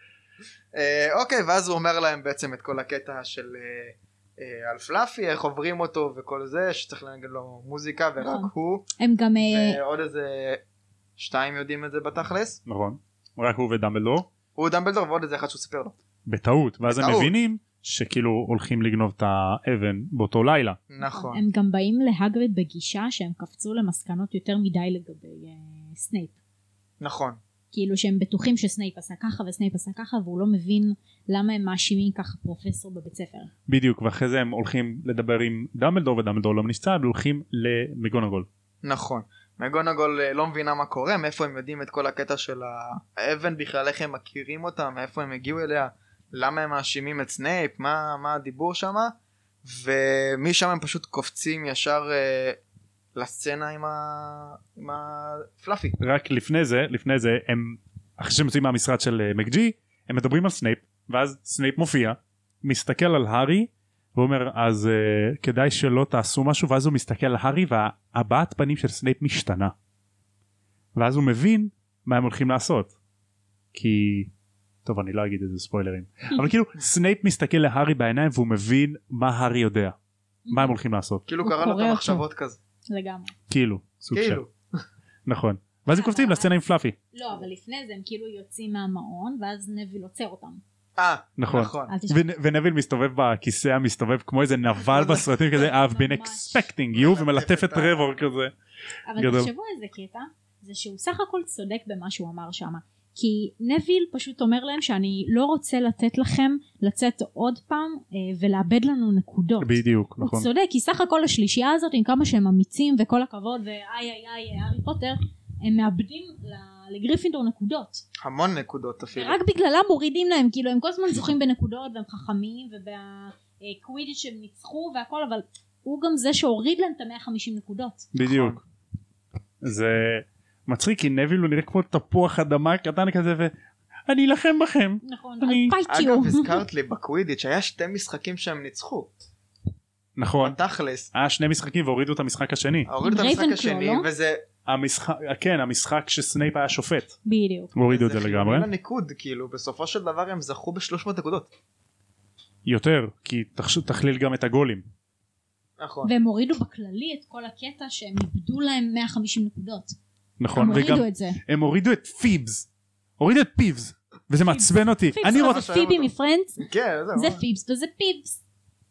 אוקיי, ואז הוא אומר להם בעצם את כל הקטע של על פלאפי, איך עוברים אותו וכל זה, שצריך לנגן לו מוזיקה ורק הוא. הם גם... ועוד איזה 2 יודעים את זה בתכלס. נכון, רק הוא ודמבלדור. הוא דמבלדור ועוד איזה אחד שהוא סיפר לו. בטעות, ואז הם מבינים שכאילו הולכים לגנוב את האבן באותו לילה. נכון. הם גם באים להגריד בגישה שהם קפצו למסקנות יותר מדי לגבי סנייפ. נכון. כאילו שהם בטוחים שסנייפ עשה ככה וסנייפ עשה ככה, והוא לא מבין למה הם מאשימים ככה פרופסור בבית ספר. בדיוק, ואחרי זה הם הולכים לדבר עם דמבלדור, ודמבלדור לא נשצה, והולכים למגונגול. נכון. מגונגול לא מבינה מה קורה, מאיפה הם יודעים את כל הקטע של האבן בכלל, איך הם מכירים אותה, מאיפה הם הגיעו אליה, למה הם מאשימים את סנייפ, מה הדיבור שם, ומשם הם פשוט קופצים ישר לסצנה עם הפלאפי. רק לפני זה הם אחרי שהם יוצאים מהמשרד של מקג'י הם מדברים על סנייפ, ואז סנייפ מופיע, מסתכל על הארי ואומר אז כדאי שלא תעשו משהו, ואז הוא מסתכל על הארי והבעת פנים של סנייפ משתנה, ואז הוא מבין מה הם הולכים לעשות, כי טוב אני לא אגיד איזה ספוילרים אבל כאילו סנייפ מסתכל להארי בעיניים והוא מבין מה הארי יודע, מה הם הולכים לעשות, כאילו קרא לו את המחשבות כזה. לגמרי. כאילו סוג של נכון, ואז הם קופצים לסצנה עם פלאפי. לא, אבל לפני זה הם כאילו יוצאים מהמעון ואז נביל עוצר אותם. נכון. ונביל מסתובב בכיסא המסתובב כמו איזה נבל בסרטים כזה I've been expecting you ומלטף את טרוור כזה. אבל תחשבו איזה קטע, זה שהוא סך הכל צודק במה שהוא אמר שם, כי נביל פשוט אומר להם שאני לא רוצה לתת לכם לצאת עוד פעם ולאבד לנו נקודות. בדיוק, נכון. הוא צודק, כי סך הכל השלישייה הזאת עם כמה שהם אמיצים וכל הכבוד ואיי הארי פוטר, הם מאבדים לגריפינדור נקודות. המון נקודות אפילו. רק בגללם מורידים להם, כאילו הם כל הזמן זוכים בנקודות והם חכמים ובקווידיץ' שהם ניצחו והכל, אבל הוא גם זה שהוריד להם את 150 נקודות. בדיוק. זה מצחיק כי נביל הוא נראה כמו תפוח אדמה קטן כזה ואני אלחם בכם. נכון, פייטיו. אגב הזכרת לי בקווידיץ' היה 2 משחקים שהם ניצחו. נכון. תכלס. 2 משחקים והורידו את המשחק השני. הורידו את המשחק השני וזה המשחק שסנייפ היה שופט. בדיוק. הורידו את זה לגמרי. זה ניקוד כאילו בסופו של דבר הם זכו ב300 נקודות. יותר כי תכליל גם את הגולים. נכון. והם הורידו בכללי את כל הקטע שהם איבדו להם 150 נקודות. נכון. הם הורידו את זה. הם הורידו את פיבס. הורידו את פיבס. וזה מעצבן אותי. פיבס זה פיבי מפרנדס. כן. זה פיבס וזה פיבס.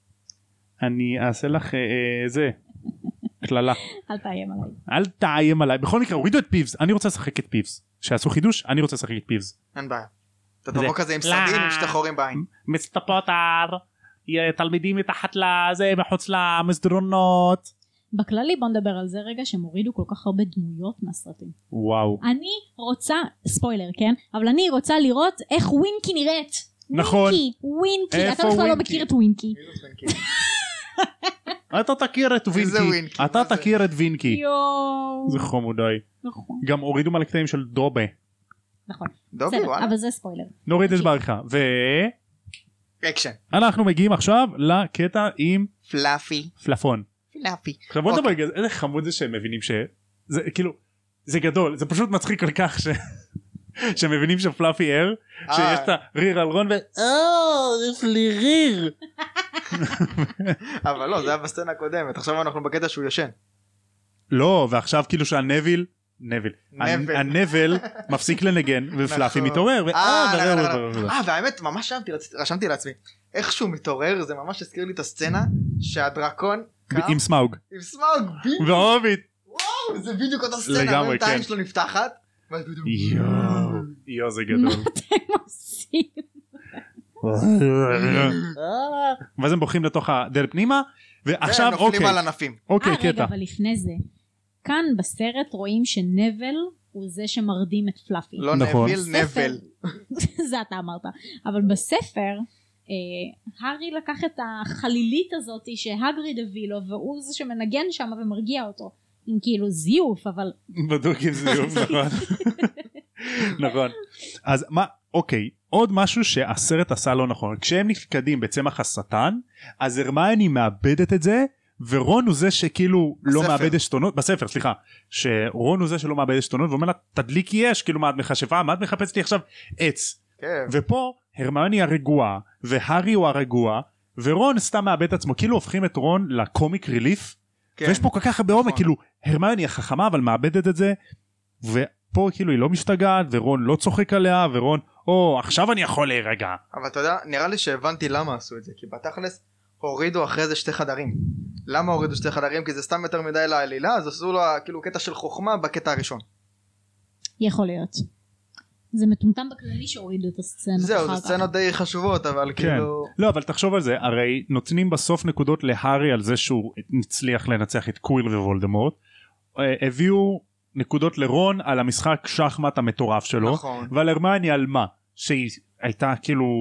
אני אעשה לך זה. כללה. אל תאיים עליי. בכל מקרה הורידו את פיבס. אני רוצה לשחק את פיבס. שעשו חידוש אני רוצה לשחק את פיבס. אין בעיה. אתה תבוא כזה עם סרדין עם שטחורים בעין. מסתפוטר. תלמידים מתחת לזה מחוץ למסדרונות. בכללי בוא נדבר על זה רגע שהם הורידו כל כך הרבה דמויות מהסרטים. וואו. אני רוצה ספוילר כן אבל אני רוצה לראות איך ווינקי נראית. נכון. ווינקי אתה בכלל לא מכיר את ווינקי. אתה תכיר את וינקי. אתה תכיר את וינקי. זה חמודי. נכון. גם הורידו מלקטעים של דובה. נכון. אבל זה ספוילר. נוריד את בעריכה. אקשן. אנחנו מגיעים עכשיו לקטע עם פלאפי. פלאפון. פלאפי. עכשיו בוא נדבר איזה חמוד זה שהם מבינים שזה כאילו זה גדול זה פשוט מצחיק כל כך שהם מבינים שפלאפי ער שיש את הריר על רון יש לי ריר. אבל לא זה היה בסצנה הקודמת עכשיו אנחנו בקטע שהוא ישן. לא ועכשיו כאילו שהנביל הנבל מפסיק לנגן ופלאפי מתעורר והאמת ממש רשמתי לעצמי איך שהוא מתעורר זה ממש הזכיר לי את הסצנה שהדרקון עם סמאוג והוביט וואו זה בדיוק אותה סצנה והעין שלו נפתחת יואו זה גדול מה אתם עושים ואז הם בוחרים לתוך הדלת פנימה ועכשיו נופלים על ענפים. רגע אבל לפני זה כאן בסרט רואים שנבל הוא זה שמרדים את פלאפי. לא נביל, נבל. זה אתה אמרת. אבל בספר, הארי לקח את החלילית הזאת שהגריד הביא לו, והוא זה שמנגן שם ומרגיע אותו. עם כאילו זיוף, אבל... בדיוק עם זיוף, נכון. נכון. אז מה, אוקיי, עוד משהו שהסרט עשה לא נכון. כשהם נפקדים בצמח השטן, אז הרמיוני מאבדת את זה, ורון הוא זה שכאילו לא מאבד עשתונות, בספר סליחה, שרון הוא זה שלא מאבד עשתונות ואומר לה תדליקי אש, כאילו מה את מחשבה, מה את מחפשת לי עכשיו עץ, ופה הרמיוני הרגועה והארי הוא הרגוע ורון סתם מאבד את עצמו, כאילו הופכים את רון לקומיק ריליף, ויש פה כל כך הרבה עומק, כאילו הרמיוני החכמה אבל מאבדת את זה, ופה כאילו היא לא משתגעת ורון לא צוחק עליה ורון עכשיו אני יכול להירגע. אבל אתה יודע נראה לי שהבנתי למה עשו את זה, כי בתכלס הורידו אחרי זה 2 חדרים. למה הורידו 2 חדרים? כי זה סתם יותר מדי לעלילה, אז עשו לו כאילו קטע של חוכמה בקטע הראשון. יכול להיות. זה מטומטם בכללי שהורידו את הסצנה. זהו, זה סצנות די חשובות, אבל כאילו... לא, אבל תחשוב על זה, הרי נותנים בסוף נקודות להארי על זה שהוא הצליח לנצח את קוויל ווולדמורט. הביאו נקודות לרון על המשחק שחמט המטורף שלו. נכון. ועל הרמיוני על מה? שהיא הייתה כאילו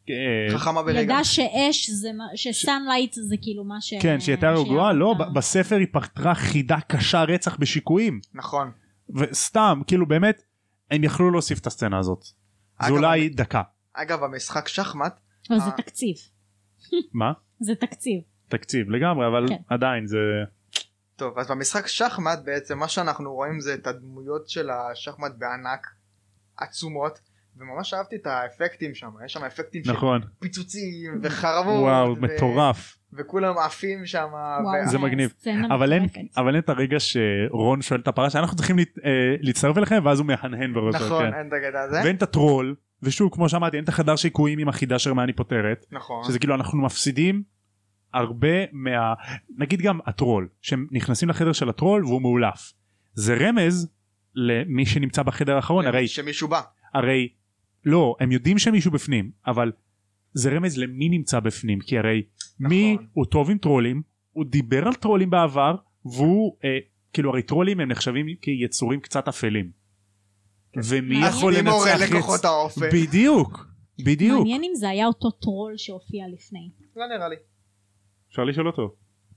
חכמה ברגע. ידע שאש זה, שסאנלייט זה כאילו מה ש... כן, שהיא הייתה רגועה, לא, בספר היא פתרה חידה קשה רצח בשיקויים. נכון. וסתם, כאילו באמת, הם יכלו להוסיף את הסצנה הזאת. זה אולי דקה. אגב, המשחק שחמט... אבל זה תקציב. מה? זה תקציב. תקציב לגמרי, אבל עדיין זה... טוב, אז במשחק שחמט בעצם מה שאנחנו רואים זה את הדמויות של השחמט בענק, עצומות, וממש אהבתי את האפקטים שם, יש שם אפקטים של פיצוצים וחרבות. וואו, מטורף. וכולם עפים שם. זה מגניב. אבל אין את הרגע שרון שואל את הפרשה, אנחנו צריכים להצטרף אליכם, ואז הוא מהנהן בראשו. נכון, אין את הקטע הזה. ואין את הטרול, ושוב, כמו שאמרתי, אין את החדר שיקויים עם החידה שהרמיוני פותרת. נכון. שזה כאילו אנחנו מפסידים הרבה נגיד גם הטרול, שהם נכנסים לחדר של הטרול והוא מאולף. זה רמז למי שנמצא בחדר האחרון, הרי... שמישהו בא. הרי, לא, הם יודעים שמישהו בפנים, אבל זה רמז למי נמצא בפנים, כי הרי מי הוא טוב עם טרולים, הוא דיבר על טרולים בעבר, והוא, כאילו הרי טרולים הם נחשבים כיצורים קצת אפלים. ומי יכול לנצח את... בדיוק. מעניין אם זה היה אותו טרול שהופיע לפני. לא נראה לי. אפשר לשאול אותו.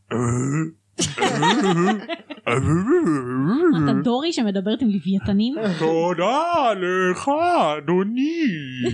אתה דורי שמדברת עם לוויתנים? תודה לך אדוני.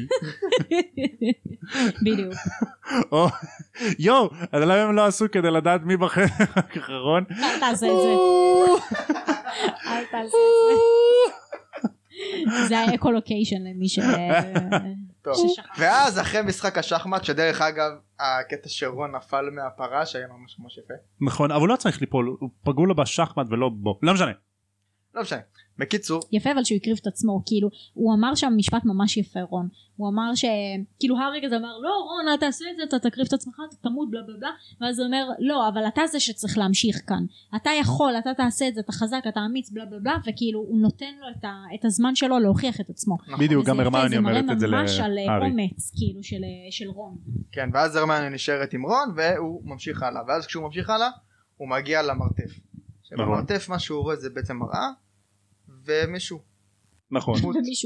בדיוק. יו, אז למה הם לא עשו כדי לדעת מי בחדר האחרון? אל תעשה את זה. אל תעשה את זה. זה היה אקולוקיישן למי ששכח. ואז אחרי משחק השחמט, שדרך אגב הקטע שרון נפל מהפרש היה ממש ממש יפה. נכון, אבל הוא לא צריך ליפול, הוא פגעו לו בשחמט ולא בו, לא משנה. לא משנה. בקיצור. יפה אבל שהוא הקריב את עצמו, כאילו הוא אמר שם משפט ממש יפה רון, הוא אמר שכאילו הרגע זה אמר לא רון אל תעשה את זה, אתה תקריב את עצמך, אתה תמות בלה בלה בלה, ואז הוא אומר לא אבל אתה זה שצריך להמשיך כאן, אתה יכול, אתה תעשה את זה, אתה חזק, אתה אמיץ בלה בלה בלה, וכאילו הוא נותן לו את הזמן שלו להוכיח את עצמו. בדיוק, גם הרמיוני אומרת את זה להארי. זה מראה ממש על אומץ כאילו של רון. כן, ואז הרמיוני נשארת עם רון והוא ממשיך הלאה, ואז כשהוא ממשיך הלאה הוא מגיע למרתף. במרתף מה שהוא רואה זה בעצם מראה ומישהו. נכון. ומישהו.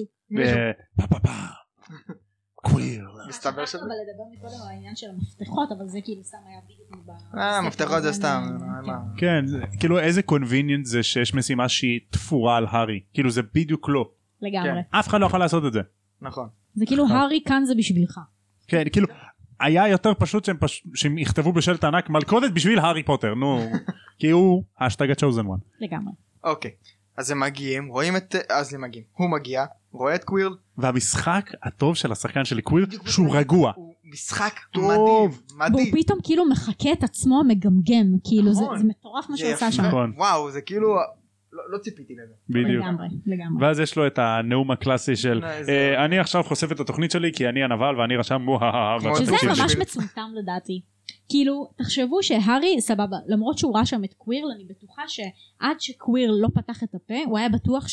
קוויר. מסתבר שזה. אבל לדבר מקודם על העניין של המפתחות, אבל זה כאילו סתם היה בדיוק מפתחות זה סתם. כן, כאילו איזה קונביניאנט זה שיש משימה שהיא תפורה על הארי. כאילו זה בדיוק לא. לגמרי. אף אחד לא יכול לעשות את זה. נכון. זה כאילו הארי כאן זה בשבילך. כן, כאילו היה יותר פשוט שהם יכתבו בשלט ענק מלכודת בשביל הארי פוטר, נו. כי הוא השטג הצ'וזן וואן. לגמרי. אוקיי. אז הם מגיעים, רואים את... אז הם מגיעים. הוא מגיע, רואה את קווירל. והמשחק הטוב של השחקן של קווירל שהוא רגוע. הוא משחק מדהים, מדהים. והוא פתאום כאילו מחכה את עצמו מגמגם, כאילו זה מטורף מה שהוא עושה שם. וואו, זה כאילו... לא ציפיתי לזה. בדיוק. לגמרי. ואז יש לו את הנאום הקלאסי של אני עכשיו חושף את התוכנית שלי כי אני הנבל ואני רשם שזה ממש מצומצם לדעתי. כאילו תחשבו שהארי סבבה למרות שהוא ראה שם את קווירל אני בטוחה שעד שקווירל לא פתח את הפה הוא היה בטוח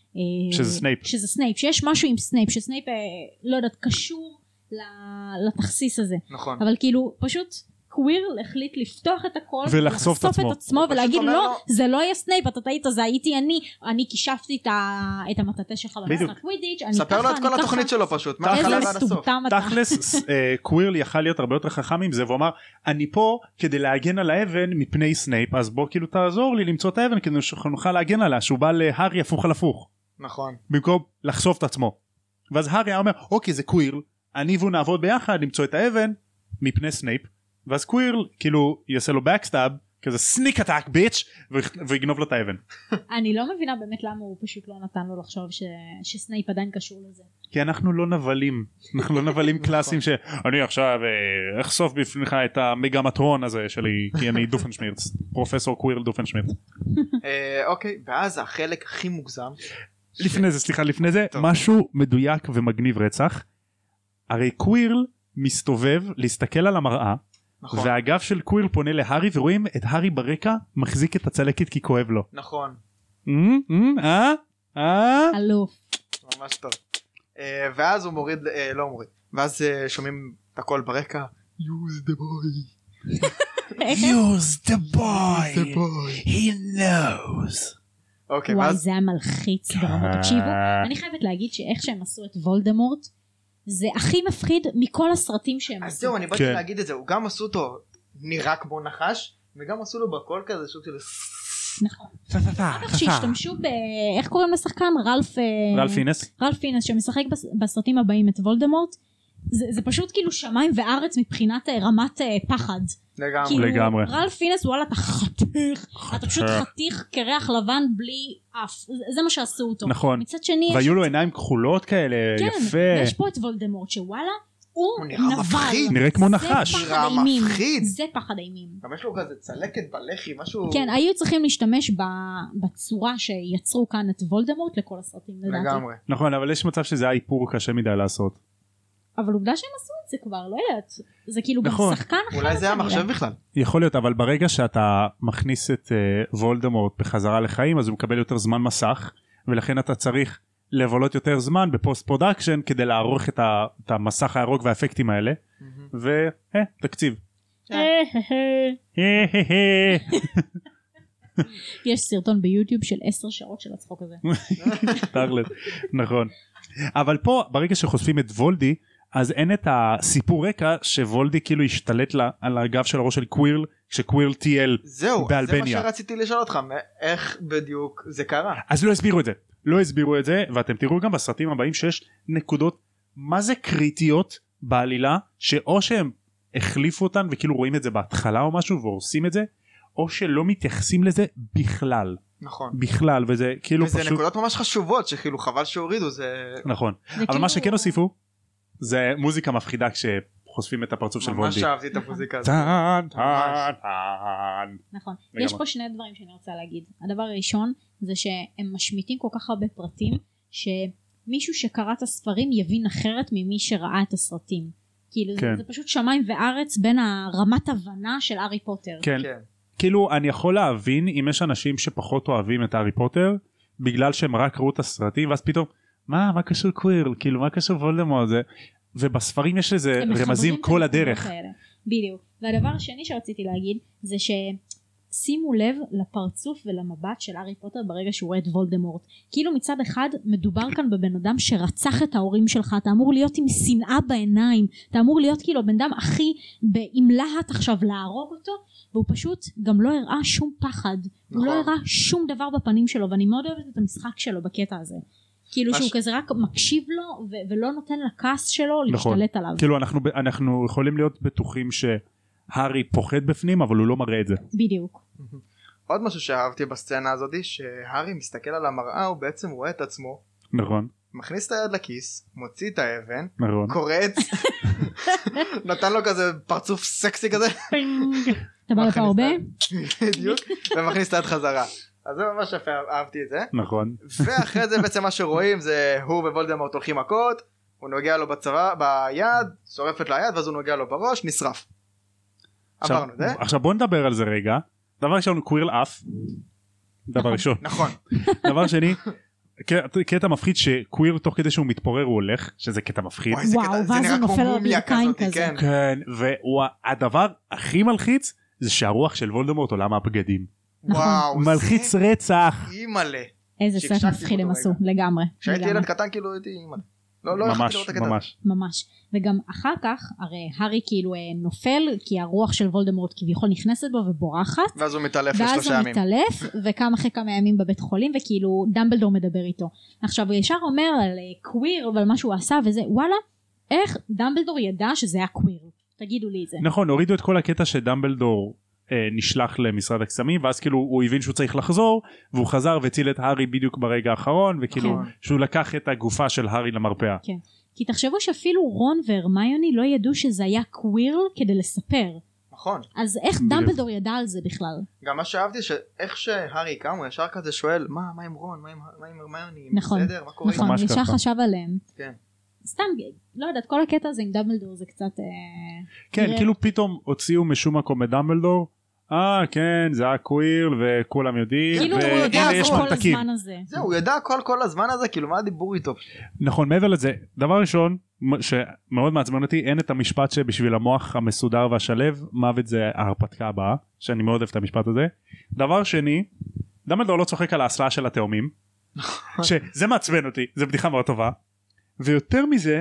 שזה סנייפ שיש משהו עם סנייפ שסנייפ לא יודעת קשור לתכסיס הזה. נכון. אבל כאילו פשוט קווירל החליט לפתוח את הכל ולחשוף את עצמו ולהגיד לא זה לא היה סנייפ אתה טעית זה הייתי אני כישפתי את המטאטה שלך במשחק ווידיץ' ספר לו את כל התוכנית שלו פשוט תכלס קווירל יכל להיות הרבה יותר חכם עם זה והוא אמר אני פה כדי להגן על האבן מפני סנייפ אז בוא כאילו תעזור לי למצוא את האבן כדי שנוכל להגן עליה שהוא בא להארי הפוך על הפוך נכון במקום לחשוף את עצמו ואז הארי אומר אוקיי זה קווירל אני והוא נעבוד ביחד למצוא את האבן מפני סנייפ ואז קווירל כאילו יעשה לו בקסטאב כזה סניק אטאק ביץ' ויגנוב לו את האבן. אני לא מבינה באמת למה הוא פשוט לא נתן לו לחשוב שסנייפ עדיין קשור לזה. כי אנחנו לא נבלים, אנחנו לא נבלים קלאסיים שאני עכשיו אחשוף בפניך את המגמטרון הזה שלי כי אני דופנשמירץ, פרופסור קווירל דופנשמירץ. אוקיי, ואז החלק הכי מוגזם. לפני זה משהו מדויק ומגניב רצח. הרי קווירל מסתובב להסתכל על המראה נכון. והגב של קווירל פונה להארי ורואים את הארי ברקע מחזיק את הצלקת כי כואב לו. נכון. אלוף. ממש טוב. ואז הוא מוריד, לא מוריד. ואז שומעים את הכל ברקע. Use the boy. Use the boy. He knows. וואי זה המלחיץ ברמות. תקשיבו, אני חייבת להגיד שאיך שהם עשו את וולדמורט זה הכי מפחיד מכל הסרטים שהם אז עשו. זהו, אני באתי כן. להגיד את זה, הוא גם עשו אותו נראה כמו נחש, וגם עשו לו בקול כזה שוט של... נכון. אגב שהשתמשו איך קוראים לשחקן? רלף פינס שמשחק בסרטים הבאים את וולדמורט, זה פשוט כאילו שמיים וארץ מבחינת רמת פחד. לגמרי. רלף פינס וואלה אתה חתיך, אתה פשוט חתיך קרח לבן בלי אף, זה מה שעשו אותו. נכון. מצד שני והיו לו עיניים כחולות כאלה, יפה. כן, יש פה את וולדמורט שוואלה הוא נבל, נראה כמו נחש, זה פחד אימים. גם יש לו כזה צלקת בלחי, משהו... כן, היו צריכים להשתמש בצורה שיצרו כאן את וולדמורט לכל הסרטים לדעתי. לגמרי. נכון, אבל יש מצב שזה היה איפור קשה מדי לעשות. אבל עובדה שהם עשו את זה כבר, לא יודעת, זה כאילו גם שחקן אחר. אולי זה היה מחשב בכלל. יכול להיות, אבל ברגע שאתה מכניס את וולדמורט בחזרה לחיים, אז הוא מקבל יותר זמן מסך, ולכן אתה צריך לבלות יותר זמן בפוסט פרודקשן כדי לערוך את המסך הירוק והאפקטים האלה, תקציב. יש סרטון ביוטיוב של 10 שעות של הצחוק הזה. נכון. אבל פה ברגע שחושפים את וולדי, אז אין את הסיפור רקע שוולדי כאילו השתלט על הגב של הראש של קווירל, כשקווירל טייל באלבניה. זה מה שרציתי לשאול אותך, איך בדיוק זה קרה? אז לא הסבירו את זה, ואתם תראו גם בסרטים הבאים שיש נקודות מה זה קריטיות בעלילה, שאו שהם החליפו אותן וכאילו רואים את זה בהתחלה או משהו ועושים את זה, או שלא מתייחסים לזה בכלל. נכון. בכלל, וזה כאילו וזה פשוט... נקודות ממש חשובות שכאילו חבל שהורידו זה... נכון. אבל מה שכן הוסיפו זה מוזיקה מפחידה כשחושפים את הפרצוף של וולדי. ממש אהבתי את המוזיקה הזאת. נכון. יש פה שני דברים שאני רוצה להגיד. הדבר הראשון זה שהם משמיטים כל כך הרבה פרטים שמישהו שקרא את הספרים יבין אחרת ממי שראה את הסרטים. כאילו זה פשוט שמיים וארץ בין הרמת הבנה של הארי פוטר. כן. כאילו אני יכול להבין אם יש אנשים שפחות אוהבים את הארי פוטר בגלל שהם רק ראו את הסרטים ואז פתאום מה קשור קווירל, כאילו מה קשור וולדמורט, ובספרים יש לזה רמזים כל הדרך. בדיוק. והדבר השני שרציתי להגיד זה ששימו לב לפרצוף ולמבט של הארי פוטר ברגע שהוא רואה את וולדמורט. כאילו מצד אחד מדובר כאן בבן אדם שרצח את ההורים שלך, אתה אמור להיות עם שנאה בעיניים, אתה אמור להיות כאילו בן אדם הכי עם להט עכשיו להרוג אותו, והוא פשוט גם לא הראה שום פחד, הוא לא הראה שום דבר בפנים שלו, ואני מאוד אוהבת את המשחק שלו בקטע הזה. כאילו שהוא כזה רק מקשיב לו ולא נותן לכעס שלו להשתלט עליו. כאילו אנחנו יכולים להיות בטוחים שהארי פוחד בפנים אבל הוא לא מראה את זה. בדיוק. עוד משהו שאהבתי בסצנה הזאת שהארי מסתכל על המראה, הוא בעצם רואה את עצמו. נכון. מכניס את היד לכיס, מוציא את האבן, נכון. קורץ, נתן לו כזה פרצוף סקסי כזה. אתה בא לפה הרבה? בדיוק. ומכניס את היד חזרה. אז זה ממש יפה, אהבתי את זה. נכון. ואחרי זה בעצם מה שרואים זה הוא ווולדמורט הולכים מכות, הוא נוגע לו בצבא, ביד, שורפת ליד, ואז הוא נוגע לו בראש, נשרף. עברנו זה. עכשיו בוא נדבר על זה רגע. דבר ראשון, קווירל אף. דבר ראשון. נכון. דבר שני, קטע מפחיד שקווירל תוך כדי שהוא מתפורר הוא הולך, שזה קטע מפחיד. וואו, ואז הוא נופל על הברכיים כזה. כן, והדבר הכי מלחיץ זה שהרוח של וולדמורט עולה מהבגדים. וואו, מלחיץ רצח. אימא'לה. איזה סרט מפחיד הם עשו, לגמרי. כשהייתי ילד קטן כאילו הייתי אימא'לה. לא יכולתי לראות את הקטע. ממש. וגם אחר כך הרי הארי כאילו נופל כי הרוח של וולדמורט כביכול נכנסת בו ובורחת. ואז הוא מתעלף לשלושה ימים. ואז הוא מתעלף וקם אחרי כמה ימים בבית חולים וכאילו דמבלדור מדבר איתו. עכשיו הוא ישר אומר על קוויר ועל מה שהוא עשה וזה וואלה איך דמבלדור ידע שזה היה קוויר? תגידו לי את זה. נכון, הורידו את כל הקטע שדמבלדור נשלח למשרד הקסמים ואז כאילו הוא הבין שהוא צריך לחזור והוא חזר והציל את הארי בדיוק ברגע האחרון וכאילו שהוא לקח את הגופה של הארי למרפאה. כן. כי תחשבו שאפילו רון והרמיוני לא ידעו שזה היה קווירל כדי לספר. נכון. אז איך דמבלדור ידע על זה בכלל? גם מה שאהבתי שאיך שהארי קם הוא ישר כזה שואל מה עם רון, מה עם הרמיוני, נכון, בסדר, מה קורה? נכון, ישר חשב עליהם. כן. סתם, לא יודעת, כל הקטע הזה עם דמבלדור זה קצת... כן, כאילו פתאום הוציאו משום מקום את דמבלדור, כן, זה היה קווירל וכולם יודעים, כאילו הוא יודע כל הזמן הזה. זהו, הוא ידע כל הזמן הזה, כאילו מה הדיבור איתו? נכון, מעבר לזה, דבר ראשון שמאוד מעצבן אותי, אין את המשפט שבשביל המוח המסודר והשלב, מוות זה ההרפתקה הבאה, שאני מאוד אוהב את המשפט הזה. דבר שני, דמבלדור לא צוחק על ההסלעה של התאומים, שזה מעצבן אותי, זה בדיחה מאוד טובה. ויותר מזה,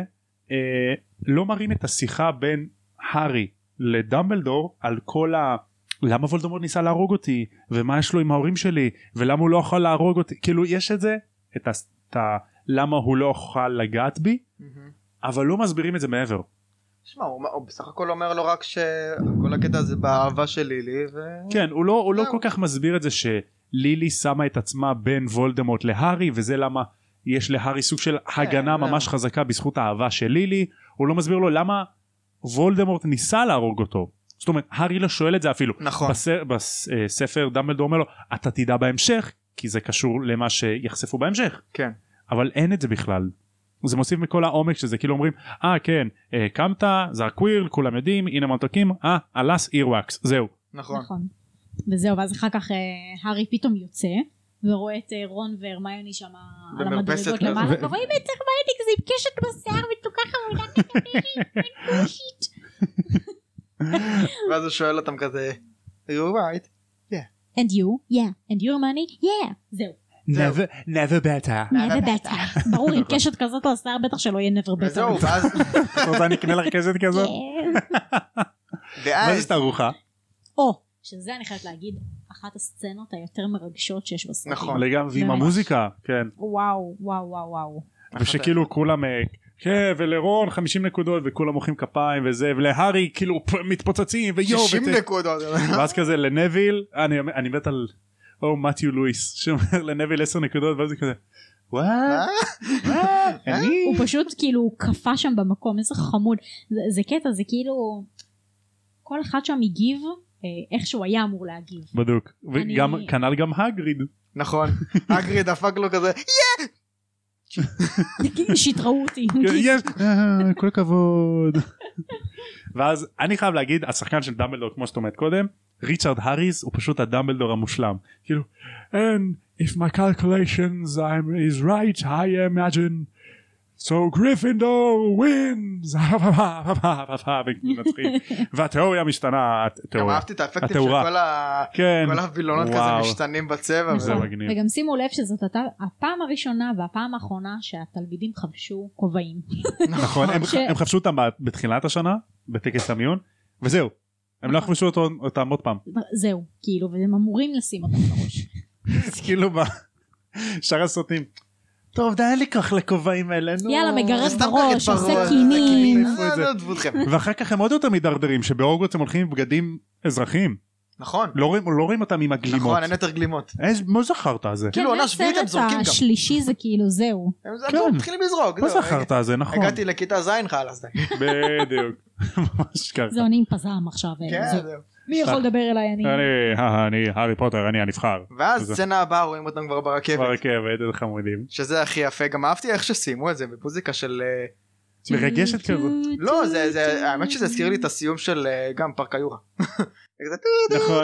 לא מראים את השיחה בין הארי לדמבלדור על כל למה וולדמורט ניסה להרוג אותי ומה יש לו עם ההורים שלי ולמה הוא לא יכול להרוג אותי, כאילו יש את זה, למה הוא לא יכול לגעת בי, אבל לא מסבירים את זה מעבר. שמע, הוא בסך הכל אומר לו רק שכל הקטע הזה באהבה של לילי כן, הוא לא כל כך מסביר את זה שלילי שמה את עצמה בין וולדמורט להארי, וזה למה יש להארי סוג של הגנה ממש חזקה בזכות האהבה של לילי. הוא לא מסביר לו למה וולדמורט ניסה להרוג אותו. זאת אומרת, הארי לא שואל את זה אפילו. נכון. בספר דמבלדור אומר לו, אתה תדע בהמשך, כי זה קשור למה שיחשפו בהמשך. כן. אבל אין את זה בכלל. זה מוסיף מכל העומק שזה, כאילו אומרים, כן, קמת, זה הקווירל, כולם יודעים, הנה מתוקים, אלס אירווקס, זהו. נכון. וזהו, ואז אחר כך הארי פתאום יוצא, ורואה את רון והרמיוני שם על המדרגות למעלה, ורואים את הרמיוני כזה עם קשת בשיער ותוקה חמודה כזה, ואז הוא שואל אותם כזה, you're right, yeah. And you? Yeah. And your money? Yeah. זהו. never better. never better. ברור, עם קשת כזאת על השיער בטח שלא יהיה never better. וזהו, ואז... רוצה נקנה לך קשת כזאת? ואז... יש תערוכה. שזה אני חייבת להגיד, אחת הסצנות היותר מרגשות שיש בסרטים. נכון. לגמרי, ועם המוזיקה, כן. וואו. ושכאילו כולם, כן, ולרון 50 נקודות, וכולם מוחאים כפיים וזה, ולהארי כאילו מתפוצצים, ויו, 60 נקודות. ואז כזה לנביל, אני מת על, מתיו לואיס, שאומר לנביל 10 נקודות, ואז זה כזה, הוא פשוט כאילו קפה שם במקום, איזה חמוד. זה קטע, זה כאילו, כל אחד שם הגיב, איך שהוא היה אמור להגיב. בדיוק, וגם כנ"ל גם הגריד. נכון, הגריד דפק לו כזה שיתראו אותי. כל הכבוד. ואז אני חייב להגיד, השחקן של דמבלדור כמו שאת אומרת קודם, ריצ'רד האריס הוא פשוט הדמבלדור המושלם. כאילו, and if my calculations is right, I imagine so Gryffindor wins. והתיאוריה משתנה. גם אהבתי את האפקטים של כל הווילונות כזה משתנים בצבע. וגם שימו לב שזאת הפעם הראשונה והפעם האחרונה שהתלמידים חבשו כובעים. נכון, הם חבשו אותם בתחילת השנה בטקס המיון וזהו, הם לא חבשו אותם עוד פעם. זהו, כאילו, והם אמורים לשים אותם בראש. כאילו בשאר הסרטים, טוב, די לקח לכובעים אלינו. יאללה, מגרד בראש, עושה קינים. ואחר כך הם עוד יותר מדרדרים, שבהוגוורטס הם הולכים עם בגדים אזרחיים. נכון. לא רואים אותם עם הגלימות. נכון, אין יותר גלימות. מה זכרת על זה? כאילו, עונה שביעית הם זורקים גם. השלישי זה כאילו, זהו. הם מתחילים לזרוק. מה זכרת על זה, נכון. הגעתי לכיתה זין חלאס. בדיוק. ממש ככה. זה עונים פזם עכשיו. כן, זהו. מי יכול לדבר אליי? אני הארי פוטר, אני הנבחר. ואז סצנה הבאה רואים אותם כבר ברכבת. איזה חמודים. שזה הכי יפה, גם אהבתי איך שסיימו את זה בפוזיקה של... מרגשת כזו. לא, האמת שזה הזכיר לי את הסיום של גם פארק היורה. נכון.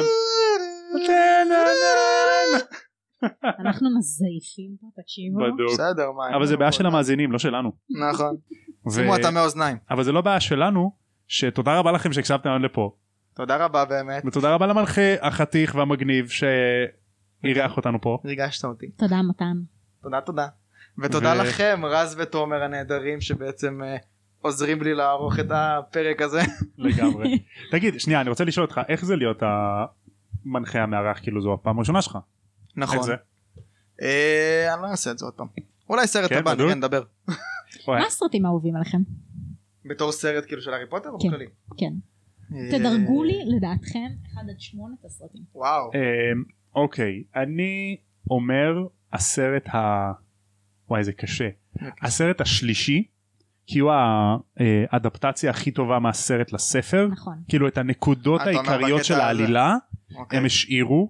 אנחנו מזייפים פה, תקשיבו. בסדר, אבל זה בעיה של המאזינים, לא שלנו. נכון. שימו אותם מאוזניים. אבל זה לא בעיה שלנו, שתודה רבה לכם שהקשבתם לנו לפה. תודה רבה באמת. ותודה רבה למנחה החתיך והמגניב שאירח אותנו פה. ריגשת אותי. תודה מתן. תודה. ותודה לכם רז ותומר הנהדרים שבעצם עוזרים לי לערוך את הפרק הזה. לגמרי. תגיד, שנייה, אני רוצה לשאול אותך, איך זה להיות המנחה המארח, כאילו זו הפעם הראשונה שלך? נכון. איך זה? אני לא אעשה את זה עוד פעם. אולי סרט הבא, נדבר. מה הסרטים האהובים עליכם? בתור סרט כאילו של הארי פוטר או בכללי? כן. תדרגו לי לדעתכם 1-8 את הסרטים. וואו. אוקיי, אני אומר הסרט וואי, זה קשה. הסרט השלישי, כי הוא האדפטציה הכי טובה מהסרט לספר. נכון. כאילו את הנקודות העיקריות של העלילה, הם השאירו.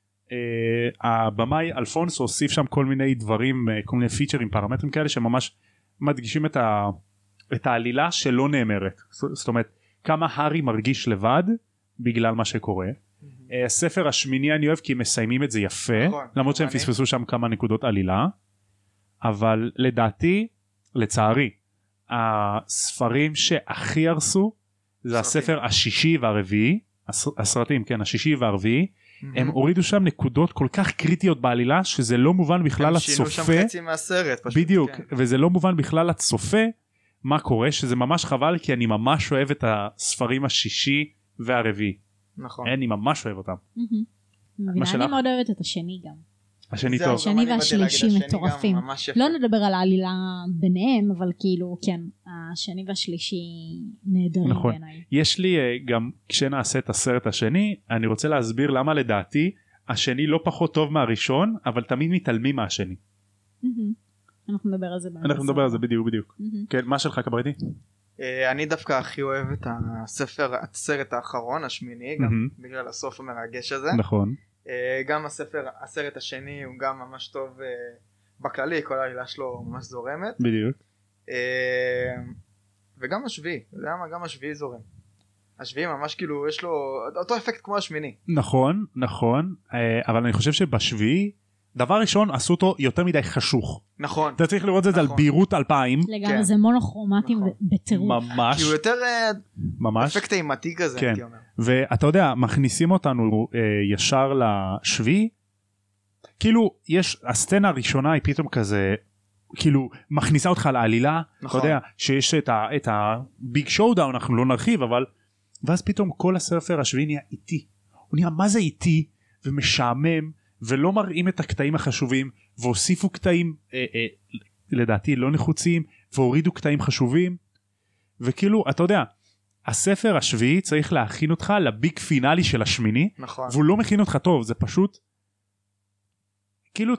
הבמאי אלפונס הוסיף שם כל מיני דברים, כל מיני פיצ'רים, פרמטרים כאלה, שממש מדגישים את העלילה שלא נאמרת. זאת אומרת, כמה הארי מרגיש לבד בגלל מה שקורה. הספר השמיני אני אוהב כי הם מסיימים את זה יפה, למרות שהם פספסו שם כמה נקודות עלילה. אבל לדעתי, לצערי, הספרים שהכי הרסו זה הספר השישי והרביעי, הסרטים, כן, השישי והרביעי, הם הורידו שם נקודות כל כך קריטיות בעלילה שזה לא מובן בכלל לצופה. הם שינו שם חצי מהסרט. בדיוק, וזה לא מובן בכלל לצופה מה קורה, שזה ממש חבל, כי אני ממש אוהב את הספרים השישי והרביעי. נכון. אני ממש אוהב אותם. מבינה, שלך? אני מאוד אוהבת את השני גם. השני זהו, טוב. גם השני אני באתי והשלישי להגיד, השני מטורפים. גם ממש יפה. לא נדבר על העלילה ביניהם, אבל כאילו, כן, השני והשלישי נהדרים נכון. בעיניי. יש לי גם, כשנעשה את הסרט השני, אני רוצה להסביר למה לדעתי השני לא פחות טוב מהראשון, אבל תמיד מתעלמים מהשני. אנחנו נדבר על זה. אנחנו נדבר על זה בדיוק. מהמם. כן, מה שלך קברטי? אני דווקא הכי אוהב את הסרט האחרון, השמיני, גם בגלל הסוף המרגש הזה. נכון. גם הסרט השני הוא גם ממש טוב בכללי, כל העלילה שלו ממש זורמת. בדיוק. וגם השביעי, אתה יודע מה? גם השביעי זורם. השביעי ממש כאילו יש לו אותו אפקט כמו השמיני. נכון, אבל אני חושב שבשביעי, דבר ראשון עשו אותו יותר מדי חשוך. נכון. אתה צריך לראות את זה על נכון. בהירות 2000. לגמרי, כן. זה מונוכרומטי נכון. בטירוף. ממש. כי הוא יותר ממש. אפקט אימתי כזה, כן. הייתי אומר. ואתה יודע, מכניסים אותנו ישר לשביעי, כאילו יש, הסצנה הראשונה היא פתאום כזה, כאילו מכניסה אותך לעלילה, נכון. אתה יודע, שיש את הביג שואודאון, אנחנו לא נרחיב, אבל, ואז פתאום כל הספר השביעי נהיה איטי, הוא נהיה מה זה איטי, ומשעמם, ולא מראים את הקטעים החשובים, והוסיפו קטעים, לדעתי לא נחוצים, והורידו קטעים חשובים, וכאילו, אתה יודע, הספר השביעי צריך להכין אותך לביג פינאלי של השמיני, נכון. והוא לא מכין אותך טוב, זה פשוט כאילו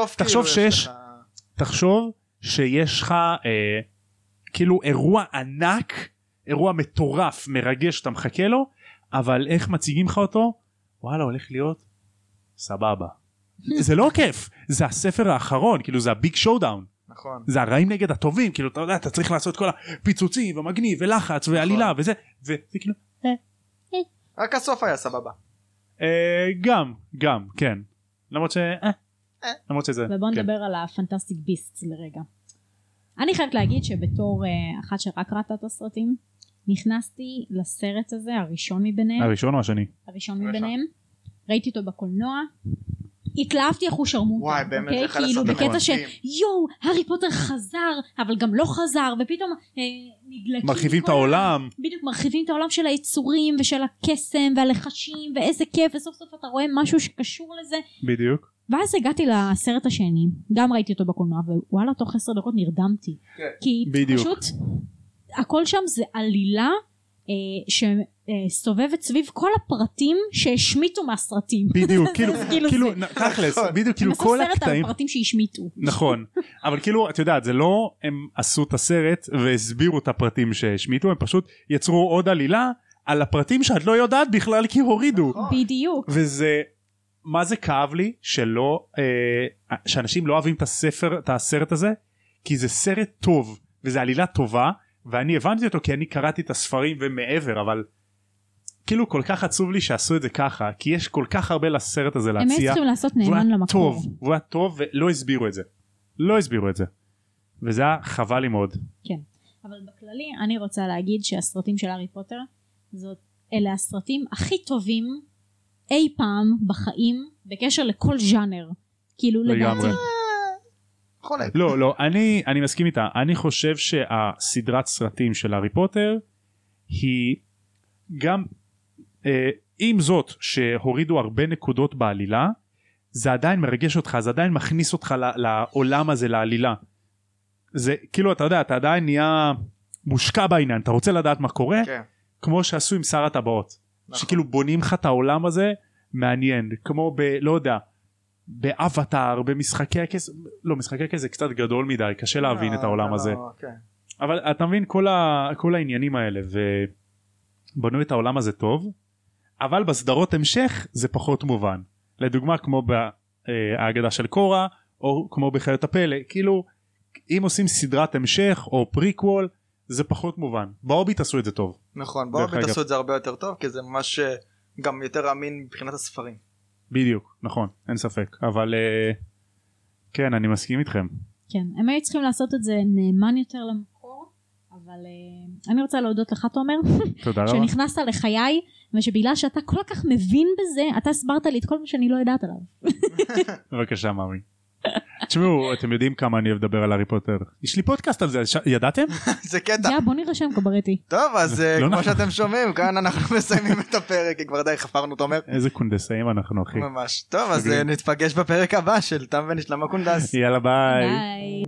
תחשוב שיש לך כאילו אירוע ענק, אירוע מטורף, מרגש, אתה מחכה לו, אבל איך מציגים לך אותו? וואלה, הולך להיות סבבה. זה לא כיף, זה הספר האחרון, כאילו זה הביג שואודאון. נכון. זה הרעים נגד הטובים, כאילו אתה יודע, אתה צריך לעשות כל הפיצוצים ומגניב ולחץ ועלילה וזה, וזה כאילו רק הסוף היה סבבה. גם, כן. למרות שזה... ובואו נדבר על הפנטסטיק ביסט לרגע. אני חייבת להגיד שבתור אחת שרק ראתה את הסרטים, נכנסתי לסרט הזה, הראשון מביניהם. הראשון או השני? הראשון מביניהם. ראיתי אותו בקולנוע. התלהבתי איך הוא שרמוטה. וואי, באמת, אוקיי? אחד כאילו הסרטים בקטע יואו, הארי פוטר חזר, אבל גם לא חזר, ופתאום נדלקים. מרחיבים את העולם. בדיוק, מרחיבים את העולם של היצורים ושל הקסם והלחשים, ואיזה כיף, וסוף סוף אתה רואה משהו שקשור לזה. בדיוק. ואז הגעתי לסרט השני, גם ראיתי אותו בקולנוע, ווואלה, תוך 10 דקות נרדמתי. כן. כי בדיוק. פשוט, הכל שם זה עלילה שסובבת סביב כל הפרטים שהשמיטו מהסרטים. בדיוק, כאילו כאילו, זה. תכלס, בדיוק, כאילו הם עשו כל סרט על הקטעים. הפרטים שהשמיטו. נכון, אבל כאילו, את יודעת, זה לא הם עשו את הסרט והסבירו את הפרטים שהשמיטו, הם פשוט יצרו עוד עלילה על הפרטים שאת לא יודעת בכלל כי הורידו. בדיוק. וזה, מה זה כאב לי שלא, שאנשים לא אוהבים את הסרט הזה, כי זה סרט טוב, וזה עלילה טובה, ואני הבנתי אותו כי אני קראתי את הספרים ומעבר, אבל כאילו כל כך עצוב לי שעשו את זה ככה, כי יש כל כך הרבה לסרט הזה להציע. הם היו צריכים לעשות נאמן למקור. והוא היה טוב ולא הסבירו את זה. לא הסבירו את זה. וזה היה חבל לי מאוד. כן. אבל בכללי אני רוצה להגיד שהסרטים של הארי פוטר, אלה הסרטים הכי טובים אי פעם בחיים, בקשר לכל ז'אנר. כאילו לדעתי. חולק. לא, אני מסכים איתה. אני חושב שהסדרת סרטים של הארי פוטר היא גם, עם זאת שהורידו הרבה נקודות בעלילה, זה עדיין מרגש אותך, זה עדיין מכניס אותך לעולם הזה, לעלילה. זה כאילו, אתה יודע, אתה עדיין נהיה מושקע בעניין, אתה רוצה לדעת מה קורה, כן. כמו שעשו עם שר הטבעות. נכון. שכאילו בונים לך את העולם הזה, מעניין, כמו לא יודע, באבטר, במשחקי הכס, לא, משחקי הכס זה קצת גדול מדי, קשה להבין את העולם הזה. כן. אבל אתה מבין כל העניינים האלה, ובנו את העולם הזה טוב, אבל בסדרות המשך זה פחות מובן. לדוגמה כמו בהאגדה של קורה, או כמו בחיות הפלא, כאילו אם עושים סדרת המשך או פריקוול, זה פחות מובן. בהוביט עשו את זה טוב. נכון, בהוביט עשו את זה הרבה יותר טוב, כי זה ממש גם יותר אמין מבחינת הספרים. בדיוק, נכון, אין ספק. אבל כן, אני מסכים איתכם. כן, הם היו צריכים לעשות את זה נאמן יותר למקור, אבל אני רוצה להודות לך תומר, תודה רבה. שנכנסת לחיי, ושבגלל שאתה כל כך מבין בזה, אתה הסברת לי את כל מה שאני לא יודעת עליו. בבקשה מאמי. תשמעו, אתם יודעים כמה אני אוהב לדבר על הארי פוטר. יש לי פודקאסט על זה, ידעתם? זה קטע. בוא נרשם קברטי. טוב, אז לא כמו נכון. שאתם שומעים, כאן אנחנו מסיימים את הפרק, כי כבר די חפרנו, תומר. איזה קונדסאים אנחנו, אחי. ממש. טוב, אז נתפגש בפרק הבא של תם ונשלמה קונדס. יאללה ביי. ביי.